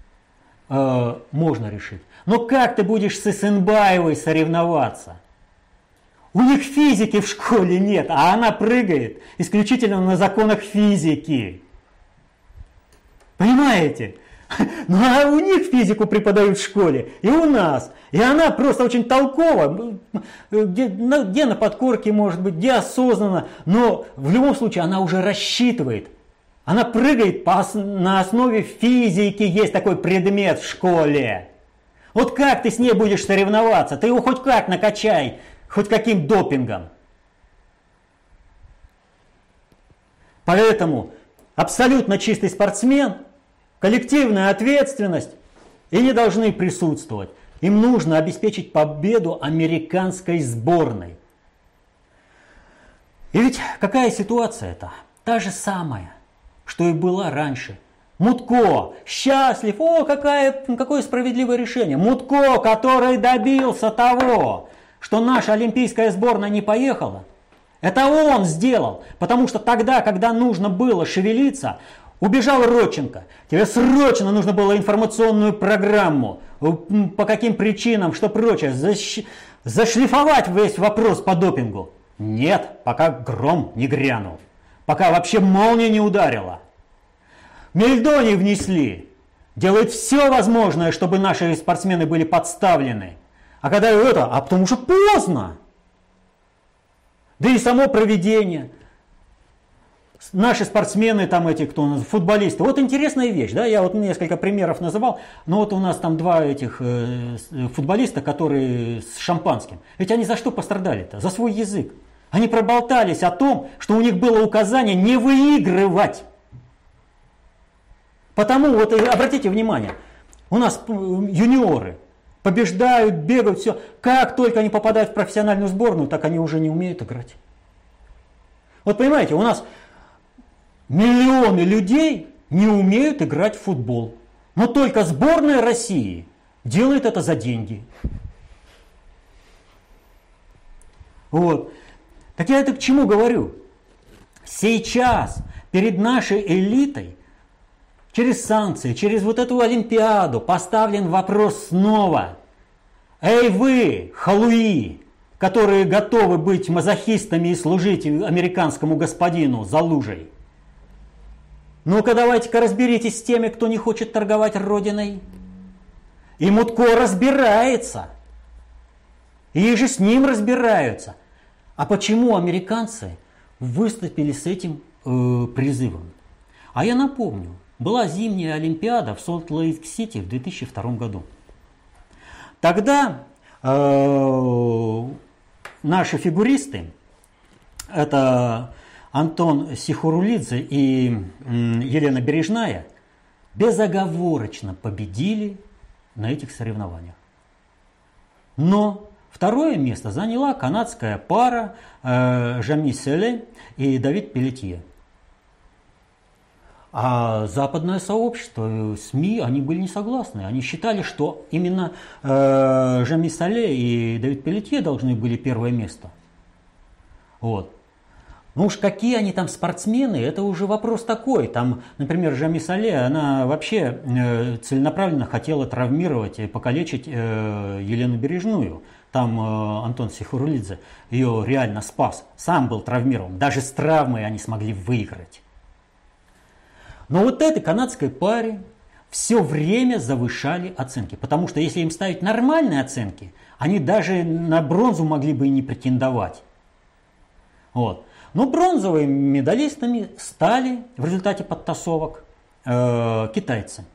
можно решить. Но как ты будешь с Исенбаевой соревноваться? У них физики в школе нет, а она прыгает исключительно на законах физики. Понимаете? Ну а у них физику преподают в школе, и у нас. И она просто очень толкова, где на подкорке может быть, где осознанно, но в любом случае она уже рассчитывает. Она прыгает на основе физики, есть такой предмет в школе. Вот как ты с ней будешь соревноваться? Ты его хоть как накачай. Хоть каким допингом. Поэтому абсолютно чистый спортсмен, коллективная ответственность и не должны присутствовать. Им нужно обеспечить победу американской сборной. И ведь какая ситуация-то? Та же самая, что и была раньше. Мутко счастлив, какое справедливое решение. Мутко, который добился того, что наша олимпийская сборная не поехала, это он сделал. Потому что тогда, когда нужно было шевелиться, убежал Родченко. Тебе срочно нужно было информационную программу. По каким причинам, что прочее. Зашлифовать весь вопрос по допингу. Нет, пока гром не грянул. Пока вообще молния не ударила. Мельдоний внесли. Делает все возможное, чтобы наши спортсмены были подставлены. А когда а потом уже поздно. Да и само проведение. Наши спортсмены, там эти, кто у нас, футболисты. Вот интересная вещь, да, я вот несколько примеров называл, но вот у нас там два этих футболиста, которые с шампанским. Ведь они за что пострадали-то? За свой язык. Они проболтались о том, что у них было указание не выигрывать. Потому, вот обратите внимание, у нас юниоры побеждают, бегают, все. Как только они попадают в профессиональную сборную, так они уже не умеют играть. Вот понимаете, у нас миллионы людей не умеют играть в футбол. Но только сборная России делает это за деньги. Вот. Так я это к чему говорю? Сейчас перед нашей элитой через санкции, через вот эту Олимпиаду поставлен вопрос снова. Эй вы, халуи, которые готовы быть мазохистами и служить американскому господину за лужей. Ну-ка давайте-ка разберитесь с теми, кто не хочет торговать родиной. И Мутко разбирается. И же с ним разбираются. А почему американцы выступили с этим призывом? А я напомню, была зимняя Олимпиада в Солт-Лейк-Сити в 2002 году. Тогда наши фигуристы, это Антон Сихорулидзе и Елена Бережная, безоговорочно победили на этих соревнованиях. Но второе место заняла канадская пара Жами Селе и Давид Пелетье. А западное сообщество, СМИ, они были не согласны. Они считали, что именно Жами Селе и Давид Пелетье должны были первое место. Вот. Ну уж какие они там спортсмены, это уже вопрос такой. Там, например, Жами Селе, она вообще целенаправленно хотела травмировать и покалечить Елену Бережную. Там Антон Сихорулидзе ее реально спас. Сам был травмирован. Даже с травмой они смогли выиграть. Но вот этой канадской паре все время завышали оценки. Потому что если им ставить нормальные оценки, они даже на бронзу могли бы и не претендовать. Вот. Но бронзовыми медалистами стали в результате подтасовок китайцы.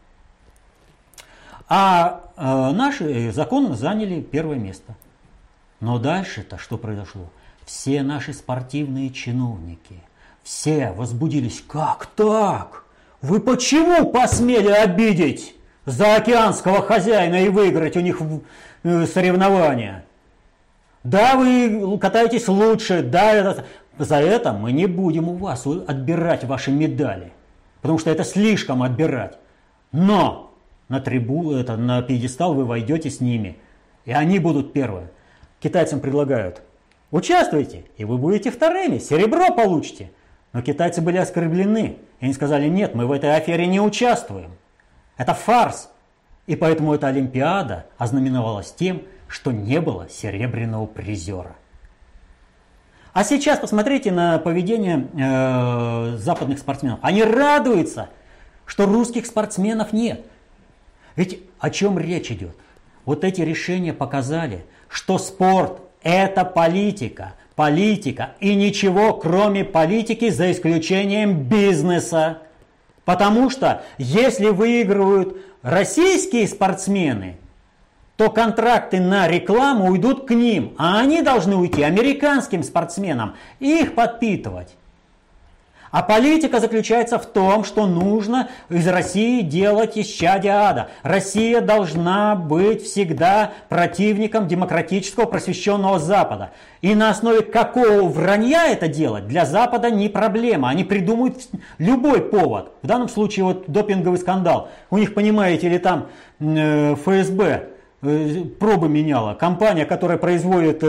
А наши законно заняли первое место. Но дальше-то что произошло? Все наши спортивные чиновники, все возбудились. Как так? Вы почему посмели обидеть заокеанского хозяина и выиграть у них соревнования? Да, вы катаетесь лучше, да, за это мы не будем у вас отбирать ваши медали, потому что это слишком отбирать. Но на пьедестал вы войдете с ними, и они будут первые. Китайцам предлагают: участвуйте, и вы будете вторыми, серебро получите. Но китайцы были оскорблены, и они сказали: нет, мы в этой афере не участвуем. Это фарс. И поэтому эта Олимпиада ознаменовалась тем, что не было серебряного призера. А сейчас посмотрите на поведение западных спортсменов. Они радуются, что русских спортсменов нет. Ведь о чем речь идет? Вот эти решения показали, что спорт – это политика. Политика и ничего, кроме политики, за исключением бизнеса. Потому что если выигрывают российские спортсмены, то контракты на рекламу уйдут к ним, а они должны уйти американским спортсменам, их подпитывать. А политика заключается в том, что нужно из России делать исчадие ада. Россия должна быть всегда противником демократического просвещенного Запада. И на основе какого вранья это делать, для Запада не проблема. Они придумают любой повод. В данном случае вот допинговый скандал. У них, понимаете ли, там ФСБ пробы меняла. Компания, которая производит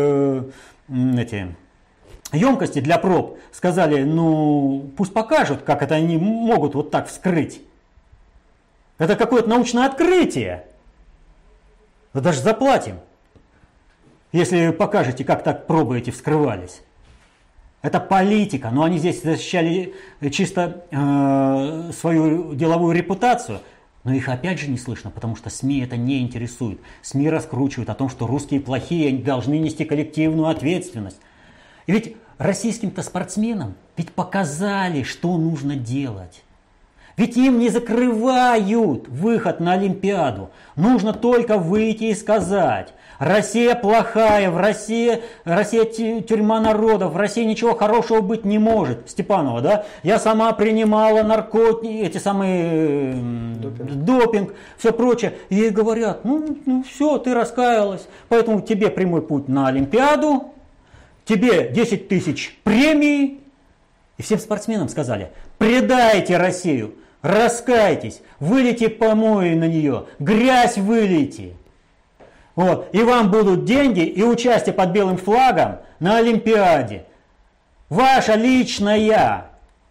емкости для проб, сказали: ну пусть покажут, как это они могут вот так вскрыть. Это какое-то научное открытие. Мы даже заплатим, если покажете, как так пробы эти вскрывались. Это политика, но они здесь защищали чисто свою деловую репутацию. Но их опять же не слышно, потому что СМИ это не интересует. СМИ раскручивают о том, что русские плохие, они должны нести коллективную ответственность. И ведь российским-то спортсменам ведь показали, что нужно делать. Ведь им не закрывают выход на Олимпиаду. Нужно только выйти и сказать: Россия плохая, Россия тюрьма народов, в России ничего хорошего быть не может. Степанова, да? Я сама принимала наркотики, эти самые допинг, все прочее. И ей говорят: ну все, ты раскаялась, поэтому тебе прямой путь на Олимпиаду, тебе 10 тысяч премий. И всем спортсменам сказали: предайте Россию, раскайтесь, вылейте помои на нее, грязь вылейте. Вот. И вам будут деньги и участие под белым флагом на Олимпиаде. Ваша личная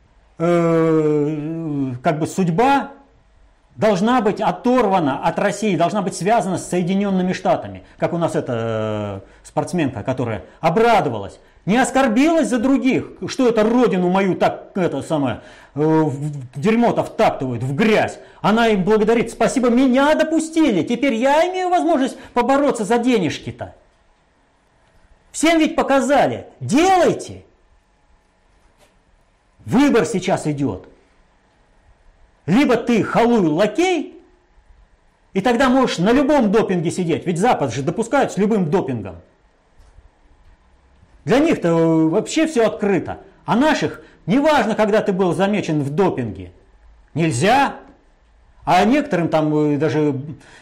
судьба должна быть оторвана от России, должна быть связана с Соединенными Штатами. Как у нас эта спортсменка, которая обрадовалась. Не оскорбилась за других, что это родину мою так в дерьмо-то втаптывают, в грязь. Она им благодарит: спасибо, меня допустили, теперь я имею возможность побороться за денежки-то. Всем ведь показали: делайте. Выбор сейчас идет. Либо ты халуй лакей, и тогда можешь на любом допинге сидеть, ведь Запад же допускают с любым допингом. Для них-то вообще все открыто. А наших, неважно, когда ты был замечен в допинге, нельзя. А некоторым там даже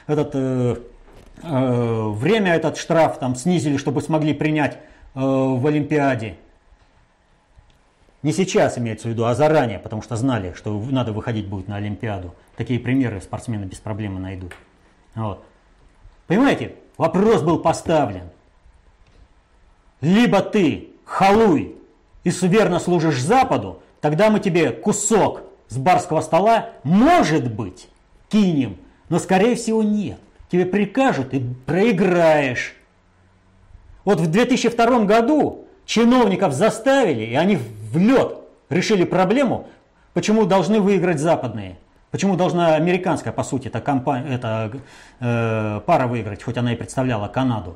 время этот штраф там снизили, чтобы смогли принять в Олимпиаде. Не сейчас имеется в виду, а заранее, потому что знали, что надо выходить будет на Олимпиаду. Такие примеры спортсмены без проблем найдут. Вот. Понимаете, вопрос был поставлен. Либо ты халуй и верно служишь Западу, тогда мы тебе кусок с барского стола, может быть, кинем, но скорее всего нет. Тебе прикажут и проиграешь. Вот в 2002 году чиновников заставили, и они в лед решили проблему, почему должны выиграть западные. Почему должна американская, по сути, эта пара выиграть, хоть она и представляла Канаду.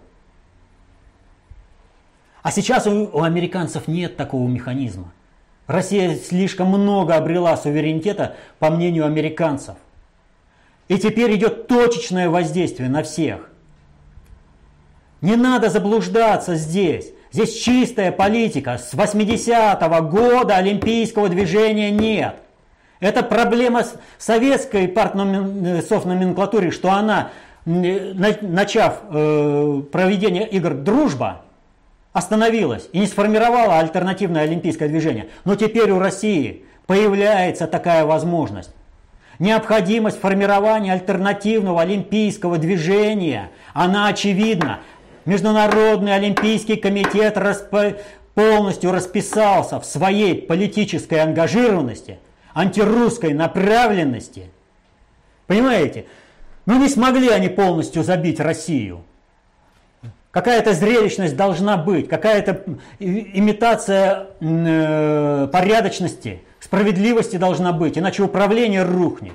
А сейчас у американцев нет такого механизма. Россия слишком много обрела суверенитета, по мнению американцев. И теперь идет точечное воздействие на всех. Не надо заблуждаться здесь. Здесь чистая политика. С 80-го года олимпийского движения нет. Это проблема советской партноменклатуры, что она, начав проведение игр «Дружба», остановилась и не сформировала альтернативное олимпийское движение. Но теперь у России появляется такая возможность. Необходимость формирования альтернативного олимпийского движения, она очевидна. Международный олимпийский комитет полностью расписался в своей политической ангажированности, антирусской направленности. Понимаете? Ну не смогли они полностью забить Россию. Какая-то зрелищность должна быть, какая-то имитация порядочности, справедливости должна быть, иначе управление рухнет.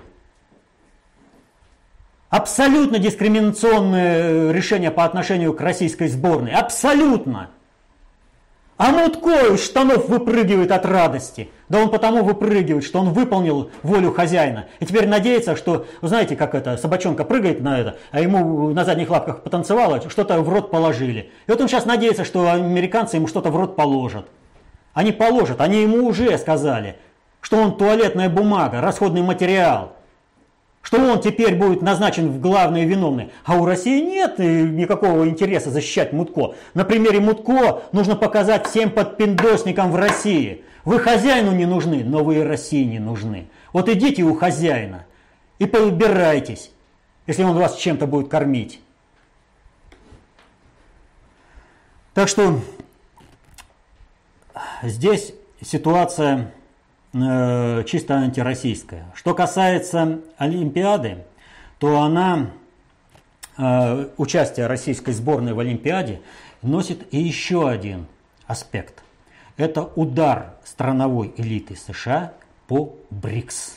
Абсолютно дискриминационное решение по отношению к российской сборной. Абсолютно. А Мутко из штанов выпрыгивает от радости. Да он потому выпрыгивает, что он выполнил волю хозяина. И теперь надеется, что, вы знаете, как это, собачонка прыгает на это, а ему на задних лапках потанцевало, что-то в рот положили. И вот он сейчас надеется, что американцы ему что-то в рот положат. Они положат, они ему уже сказали, что он туалетная бумага, расходный материал. Что он теперь будет назначен в главные виновные. А у России нет никакого интереса защищать Мутко. На примере Мутко нужно показать всем подпиндосникам в России. Вы хозяину не нужны, но вы и России не нужны. Вот идите у хозяина и поубирайтесь, если он вас чем-то будет кормить. Так что здесь ситуация чисто антироссийская. Что касается Олимпиады, то она, участие российской сборной в Олимпиаде, носит и еще один аспект. Это удар страновой элиты США по БРИКС.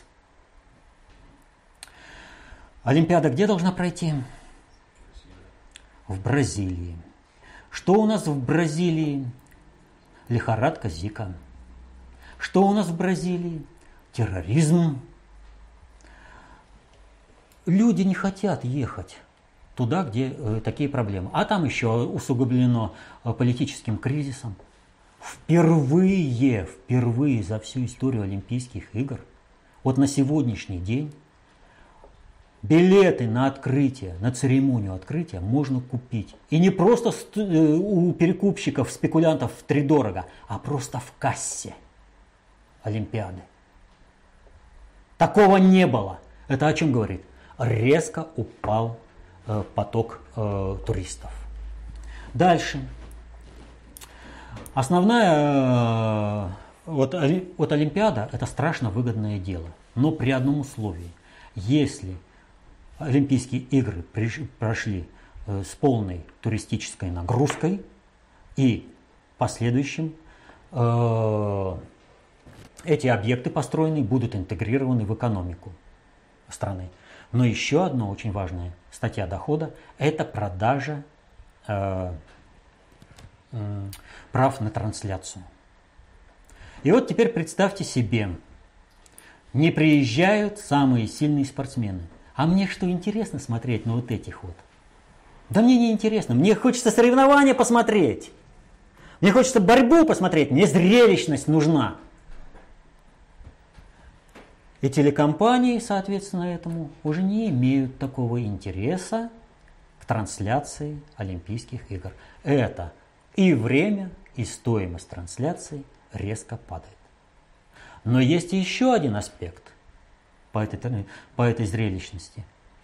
Олимпиада где должна пройти? В Бразилии. Что у нас в Бразилии? лихорадка Зика. Что у нас в Бразилии? Терроризм. Люди не хотят ехать туда, где такие проблемы. А там еще усугублено политическим кризисом. Впервые за всю историю Олимпийских игр, вот на сегодняшний день, билеты на открытие, на церемонию открытия можно купить. И не просто у перекупщиков, спекулянтов втридорого, а просто в кассе Олимпиады. Такого не было. Это о чем говорит? Резко упал поток туристов. Дальше. Основная вот Олимпиада – это страшно выгодное дело. Но при одном условии. Если Олимпийские игры прошли с полной туристической нагрузкой и последующим эти объекты построенные будут интегрированы в экономику страны. Но еще одна очень важная статья дохода – это продажа прав на трансляцию. И вот теперь представьте себе, не приезжают самые сильные спортсмены. А мне что интересно смотреть на вот этих вот? Да мне не интересно, мне хочется соревнования посмотреть. Мне хочется борьбу посмотреть, мне зрелищность нужна. И телекомпании, соответственно, этому уже не имеют такого интереса к трансляции Олимпийских игр. Это и время, и стоимость трансляции резко падает. Но есть еще один аспект по этой зрелищности.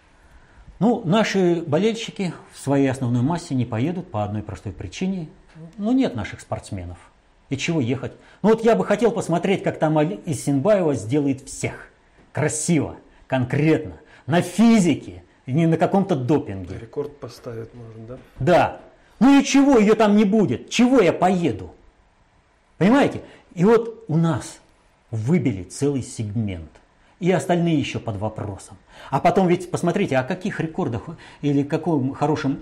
Наши болельщики в своей основной массе не поедут по одной простой причине. Нет наших спортсменов. И чего ехать? Я бы хотел посмотреть, как там Исинбаева сделает всех. Красиво, конкретно, на физике, не на каком-то допинге. Рекорд поставить можно, да? Да. И чего ее там не будет? Чего я поеду? Понимаете? И вот у нас выбили целый сегмент. И остальные еще под вопросом. А потом ведь посмотрите, о каких рекордах или каких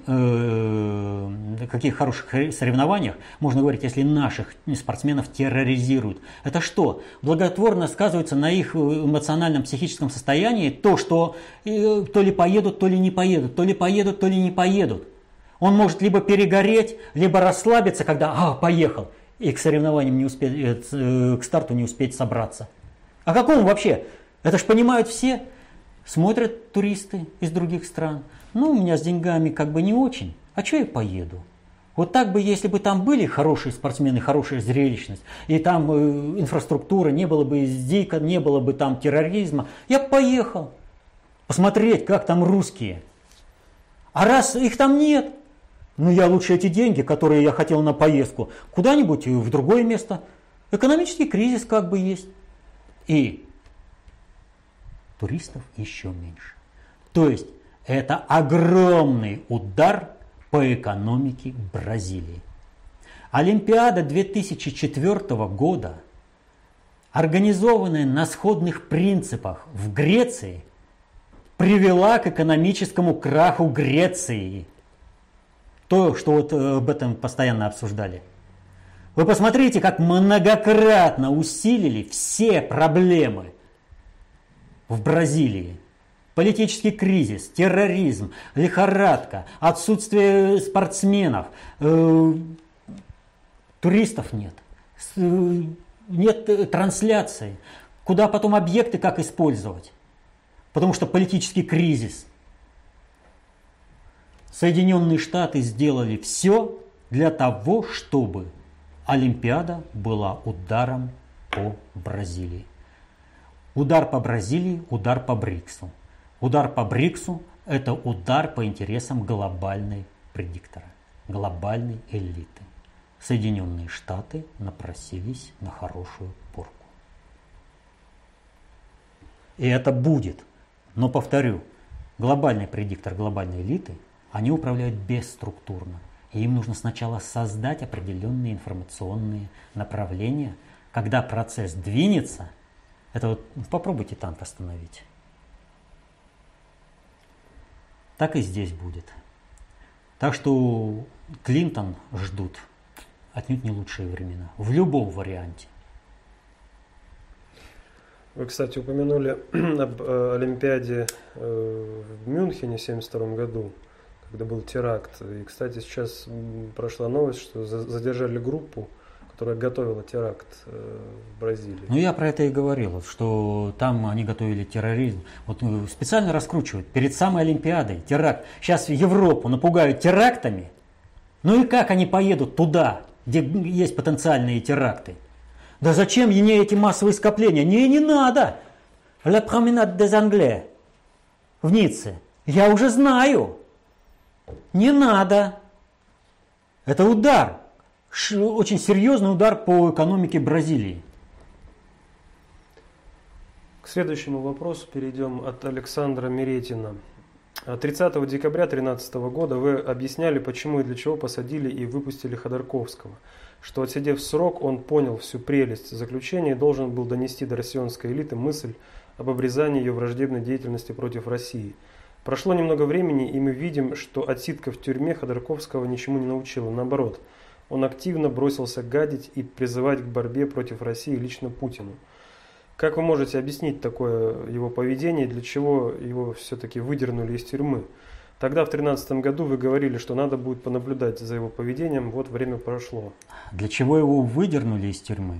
хороших соревнованиях можно говорить, если наших спортсменов терроризируют. Это что? Благотворно сказывается на их эмоциональном, психическом состоянии то, что то ли поедут, то ли не поедут, то ли поедут, то ли не поедут. Он может либо перегореть, либо расслабиться, когда поехал, и к соревнованиям не успеть, к старту не успеть собраться. О каком вообще? Это ж понимают все. Смотрят туристы из других стран. У меня с деньгами как бы не очень. А что я поеду? Вот так бы, если бы там были хорошие спортсмены, хорошая зрелищность, и там инфраструктура, не было бы Зика, не было бы там терроризма, я бы поехал посмотреть, как там русские. А раз их там нет, я лучше эти деньги, которые я хотел на поездку, куда-нибудь в другое место. Экономический кризис как бы есть. И туристов еще меньше. То есть это огромный удар по экономике Бразилии. Олимпиада 2004 года, организованная на сходных принципах в Греции, привела к экономическому краху Греции. То, что вот об этом постоянно обсуждали. Вы посмотрите, как многократно усилили все проблемы в Бразилии. Политический кризис, терроризм, лихорадка, отсутствие спортсменов, туристов нет, нет трансляции. Куда потом объекты, как использовать? Потому что политический кризис. Соединенные Штаты сделали все для того, чтобы Олимпиада была ударом по Бразилии. Удар по Бразилии, удар по БРИКСу. Удар по БРИКСу – это удар по интересам глобальной предиктора, глобальной элиты. Соединенные Штаты напросились на хорошую порку. И это будет. Но повторю, глобальный предиктор глобальной элиты, они управляют бесструктурно. И им нужно сначала создать определенные информационные направления. Когда процесс двинется, это вот попробуйте танк остановить. Так и здесь будет. Так что Клинтон ждут отнюдь не лучшие времена. В любом варианте. Вы, кстати, упомянули об Олимпиаде в Мюнхене в 1972 году, когда был теракт. И, кстати, сейчас прошла новость, что задержали группу, которая готовила теракт в Бразилии. Ну, я про это и говорил, что там они готовили терроризм. Вот специально раскручивают перед самой Олимпиадой теракт. Сейчас Европу напугают терактами. Ну и как они поедут туда, где есть потенциальные теракты? Да зачем мне эти массовые скопления? Не надо. La promenade des Anglais в Ницце. Я уже знаю. Не надо. Это удар. Очень серьезный удар по экономике Бразилии. К следующему вопросу перейдем от Александра Меретина. 30 декабря 2013 года вы объясняли, почему и для чего посадили и выпустили Ходорковского. Что, отсидев срок, он понял всю прелесть заключения и должен был донести до россионской элиты мысль об обрезании ее враждебной деятельности против России. Прошло немного времени, и мы видим, что отсидка в тюрьме Ходорковского ничему не научила. Наоборот, он активно бросился гадить и призывать к борьбе против России лично Путину. Как вы можете объяснить такое его поведение, для чего его все-таки выдернули из тюрьмы? Тогда, в 2013 году, вы говорили, что надо будет понаблюдать за его поведением, вот время прошло. Для чего его выдернули из тюрьмы?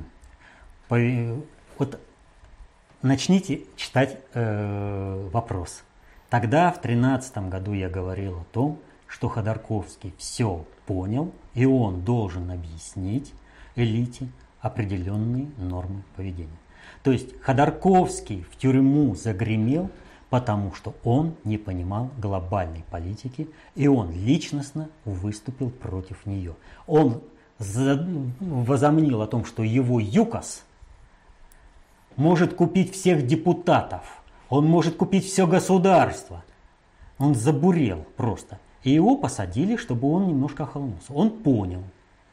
Вот начните читать вопрос. Тогда, в 2013 году, я говорил о том, что Ходорковский все понял, и он должен объяснить элите определенные нормы поведения. То есть Ходорковский в тюрьму загремел, потому что он не понимал глобальной политики, и он личностно выступил против нее. Он возомнил о том, что его ЮКОС может купить всех депутатов, он может купить все государство. Он забурел просто. И его посадили, чтобы он немножко охолонулся. Он понял.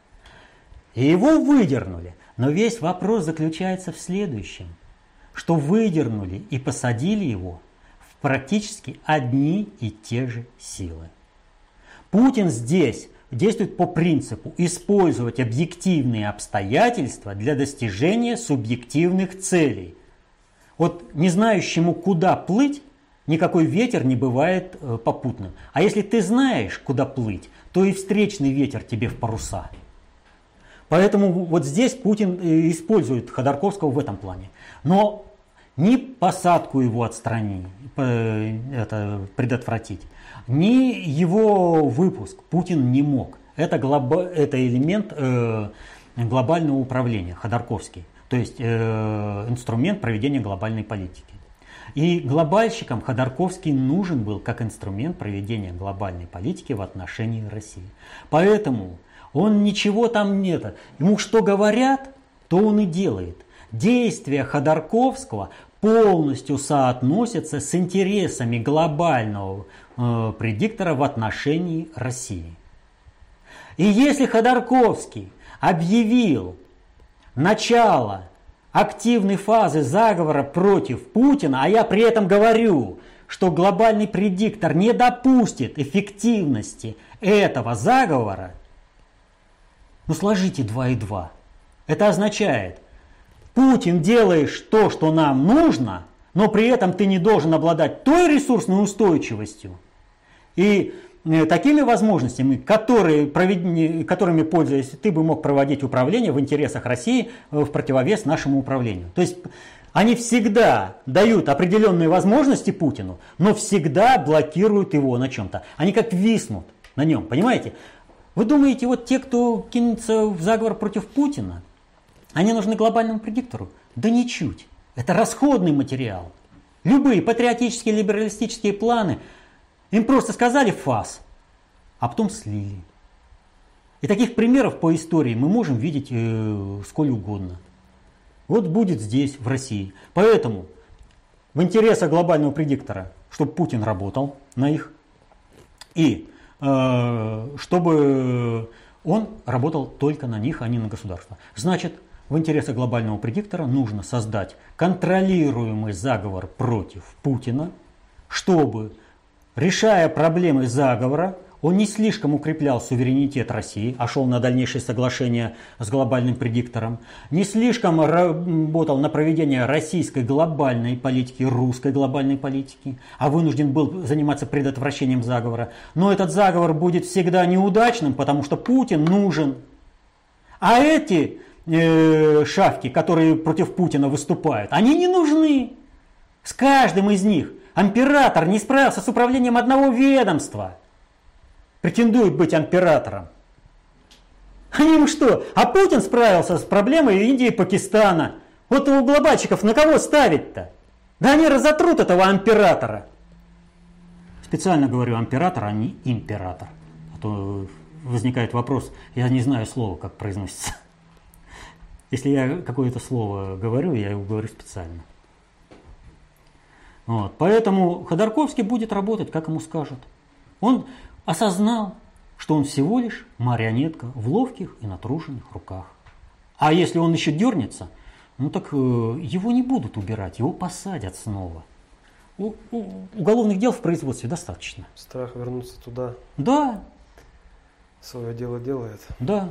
И его выдернули. Но весь вопрос заключается в следующем, что выдернули и посадили его в практически одни и те же силы. Путин здесь действует по принципу использовать объективные обстоятельства для достижения субъективных целей. Вот не знающему, куда плыть, никакой ветер не бывает попутным. А если ты знаешь, куда плыть, то и встречный ветер тебе в паруса. Поэтому вот здесь Путин использует Ходорковского в этом плане. Но ни посадку его отстранить, это предотвратить, ни его выпуск Путин не мог. Это элемент глобального управления, Ходорковский. То есть инструмент проведения глобальной политики. И глобальщикам Ходорковский нужен был как инструмент проведения глобальной политики в отношении России. Поэтому он ничего там нет. Ему что говорят, то он и делает. Действия Ходорковского полностью соотносятся с интересами глобального предиктора в отношении России. И если Ходорковский объявил начало активной фазы заговора против Путина, а я при этом говорю, что глобальный предиктор не допустит эффективности этого заговора, ну сложите 2 и 2. Это означает, Путин, делаешь то, что нам нужно, но при этом ты не должен обладать той ресурсной устойчивостью и такими возможностями, которыми пользуясь, ты бы мог проводить управление в интересах России в противовес нашему управлению. То есть они всегда дают определенные возможности Путину, но всегда блокируют его на чем-то. Они как виснут на нем, понимаете? Вы думаете, вот те, кто кинется в заговор против Путина, они нужны глобальному предиктору? Да ничуть. Это расходный материал. Любые патриотические, либералистические планы, им просто сказали фас, а потом слили. И таких примеров по истории мы можем видеть сколь угодно. Вот будет здесь, в России. Поэтому в интересах глобального предиктора, чтобы Путин работал на их, и чтобы он работал только на них, а не на государство. Значит, в интересах глобального предиктора нужно создать контролируемый заговор против Путина, чтобы, решая проблемы заговора, он не слишком укреплял суверенитет России, а шел на дальнейшее соглашение с глобальным предиктором, не слишком работал на проведение российской глобальной политики, русской глобальной политики, а вынужден был заниматься предотвращением заговора. Но этот заговор будет всегда неудачным, потому что Путин нужен. А эти шавки, которые против Путина выступают, они не нужны. С каждым из них император не справился с управлением одного ведомства. Претендует быть императором. Они ему что? А Путин справился с проблемой Индии и Пакистана. Вот у глобальщиков на кого ставить-то? Да они разотрут этого императора. Специально говорю император, а не император. А то возникает вопрос, я не знаю слова, как произносится. Если я какое-то слово говорю, я его говорю специально. Вот. Поэтому Ходорковский будет работать, как ему скажут. Он осознал, что он всего лишь марионетка в ловких и натруженных руках. А если он еще дернется, ну так его не будут убирать, его посадят снова. Уголовных дел в производстве достаточно. Страх вернуться туда. Да. Свое дело делает. Да.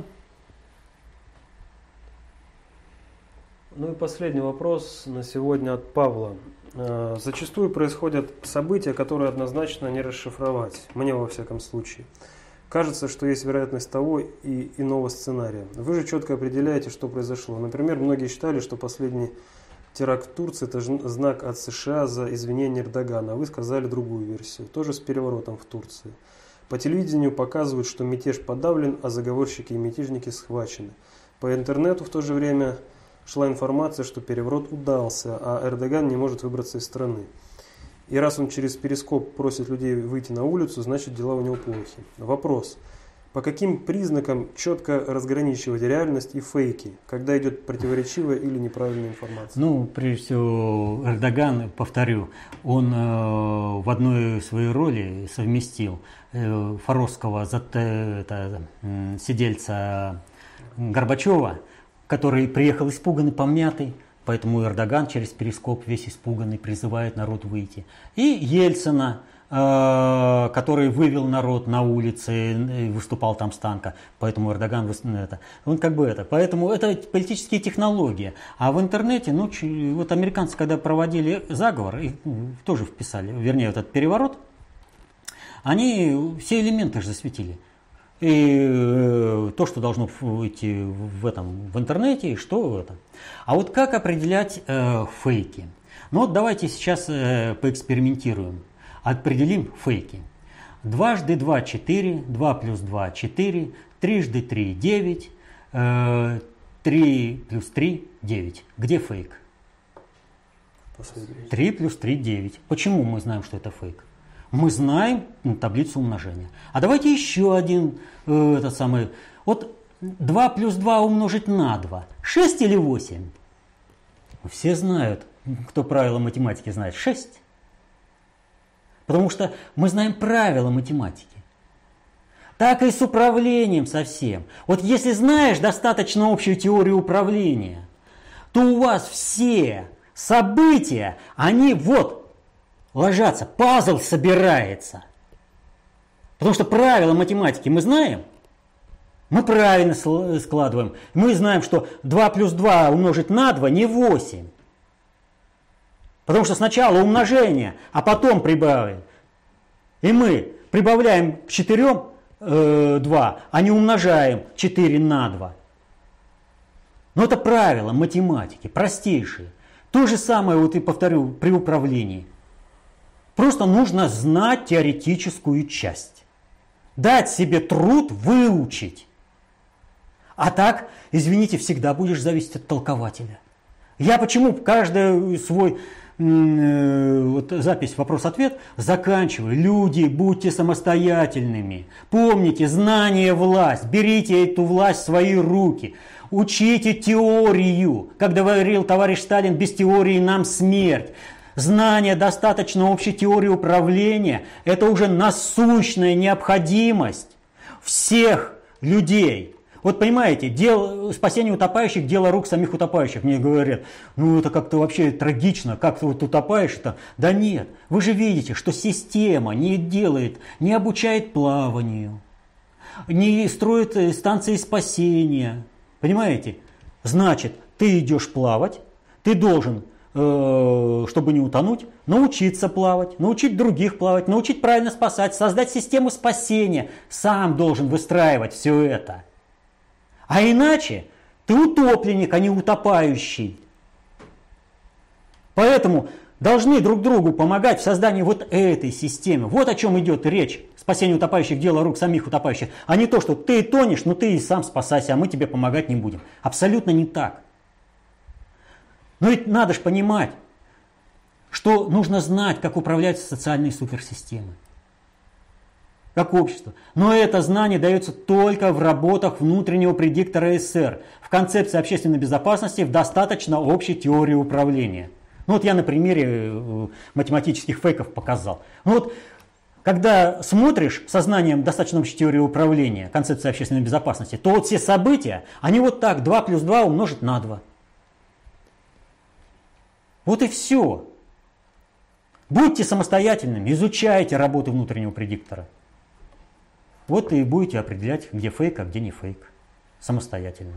Ну и последний вопрос на сегодня от Павла. Зачастую происходят события, которые однозначно не расшифровать. Мне во всяком случае. Кажется, что есть вероятность того и иного сценария. Вы же четко определяете, что произошло. Например, многие считали, что последний теракт в Турции – это знак от США за извинение Эрдогана. А вы сказали другую версию. Тоже с переворотом в Турции. По телевидению показывают, что мятеж подавлен, а заговорщики и мятежники схвачены. По интернету в то же время шла информация, что переворот удался, а Эрдоган не может выбраться из страны. И раз он через перископ просит людей выйти на улицу, значит дела у него плохи. Вопрос. По каким признакам четко разграничивать реальность и фейки, когда идет противоречивая или неправильная информация? Ну, прежде всего, Эрдоган, повторю, он в одной своей роли совместил форосского сидельца Горбачева, который приехал испуганный, помятый, поэтому Эрдоган через перископ весь испуганный призывает народ выйти. И Ельцина, который вывел народ на улицы, выступал там с танка, поэтому Эрдоган поэтому это политические технологии. А в интернете, вот американцы, когда проводили заговор, и тоже вписали, вернее, этот переворот, они все элементы же засветили. И то, что должно идти в интернете, и что это. А вот как определять фейки? Ну вот давайте сейчас поэкспериментируем. Определим фейки. 2 × 2 – 4, 2 плюс 2 – 4, 3 × 3 – 9, 3 плюс 3 – 9. Где фейк? 3 плюс 3 – 9. Почему мы знаем, что это фейк? Мы знаем таблицу умножения. А давайте еще один Вот 2 плюс 2 умножить на 2. 6 или 8? Все знают, кто правила математики знает. 6. Потому что мы знаем правила математики. Так и с управлением совсем. Вот если знаешь достаточно общую теорию управления, то у вас все события, они ложатся, пазл собирается. Потому что правила математики мы знаем, мы правильно складываем. Мы знаем, что 2 плюс 2 умножить на 2 не 8. Потому что сначала умножение, а потом прибавим. И мы прибавляем к 4 2, а не умножаем 4 на 2. Но это правила математики, простейшие. То же самое, и повторю, при управлении. Просто нужно знать теоретическую часть. Дать себе труд выучить. А так, извините, всегда будешь зависеть от толкователя. Я почему каждый свой запись вопрос-ответ заканчиваю. Люди, будьте самостоятельными. Помните, знание – власть. Берите эту власть в свои руки. Учите теорию. Как говорил товарищ Сталин, без теории нам смерть. Знание достаточно общей теории управления – это уже насущная необходимость всех людей. Вот понимаете, спасение утопающих – дело рук самих утопающих. Мне говорят, ну это как-то вообще трагично, как ты вот утопаешь-то. Да нет, вы же видите, что система не обучает плаванию, не строит станции спасения. Понимаете? Значит, ты идешь плавать, ты должен, чтобы не утонуть, научиться плавать, научить других плавать, научить правильно спасать, создать систему спасения. Сам должен выстраивать все это. А иначе ты утопленник, а не утопающий. Поэтому должны друг другу помогать в создании вот этой системы. Вот о чем идет речь. Спасение утопающих – дело рук самих утопающих. А не то, что ты тонешь, но ты и сам спасайся, а мы тебе помогать не будем. Абсолютно не так. Но ведь надо же понимать, что нужно знать, как управляются социальные суперсистемы. Как общество. Но это знание дается только в работах внутреннего предиктора СССР, в концепции общественной безопасности, в достаточно общей теории управления. Ну вот я на примере математических фейков показал. Ну вот, когда смотришь сознанием достаточно общей теории управления, концепции общественной безопасности, то вот все события, они вот так 2 плюс 2 умножить на 2. Вот и все. Будьте самостоятельными, изучайте работу внутреннего предиктора. Вот и будете определять, где фейк, а где не фейк. Самостоятельно.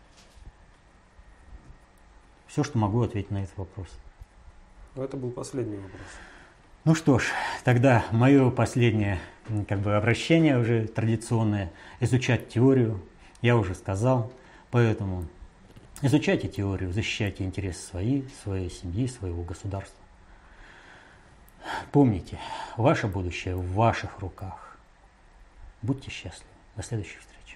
Все, что могу ответить на этот вопрос. Это был последний вопрос. Ну что ж, тогда мое последнее обращение уже традиционное. Изучать теорию, я уже сказал. Поэтому изучайте теорию, защищайте интересы своей семьи, своего государства. Помните, ваше будущее в ваших руках. Будьте счастливы. До следующих встреч.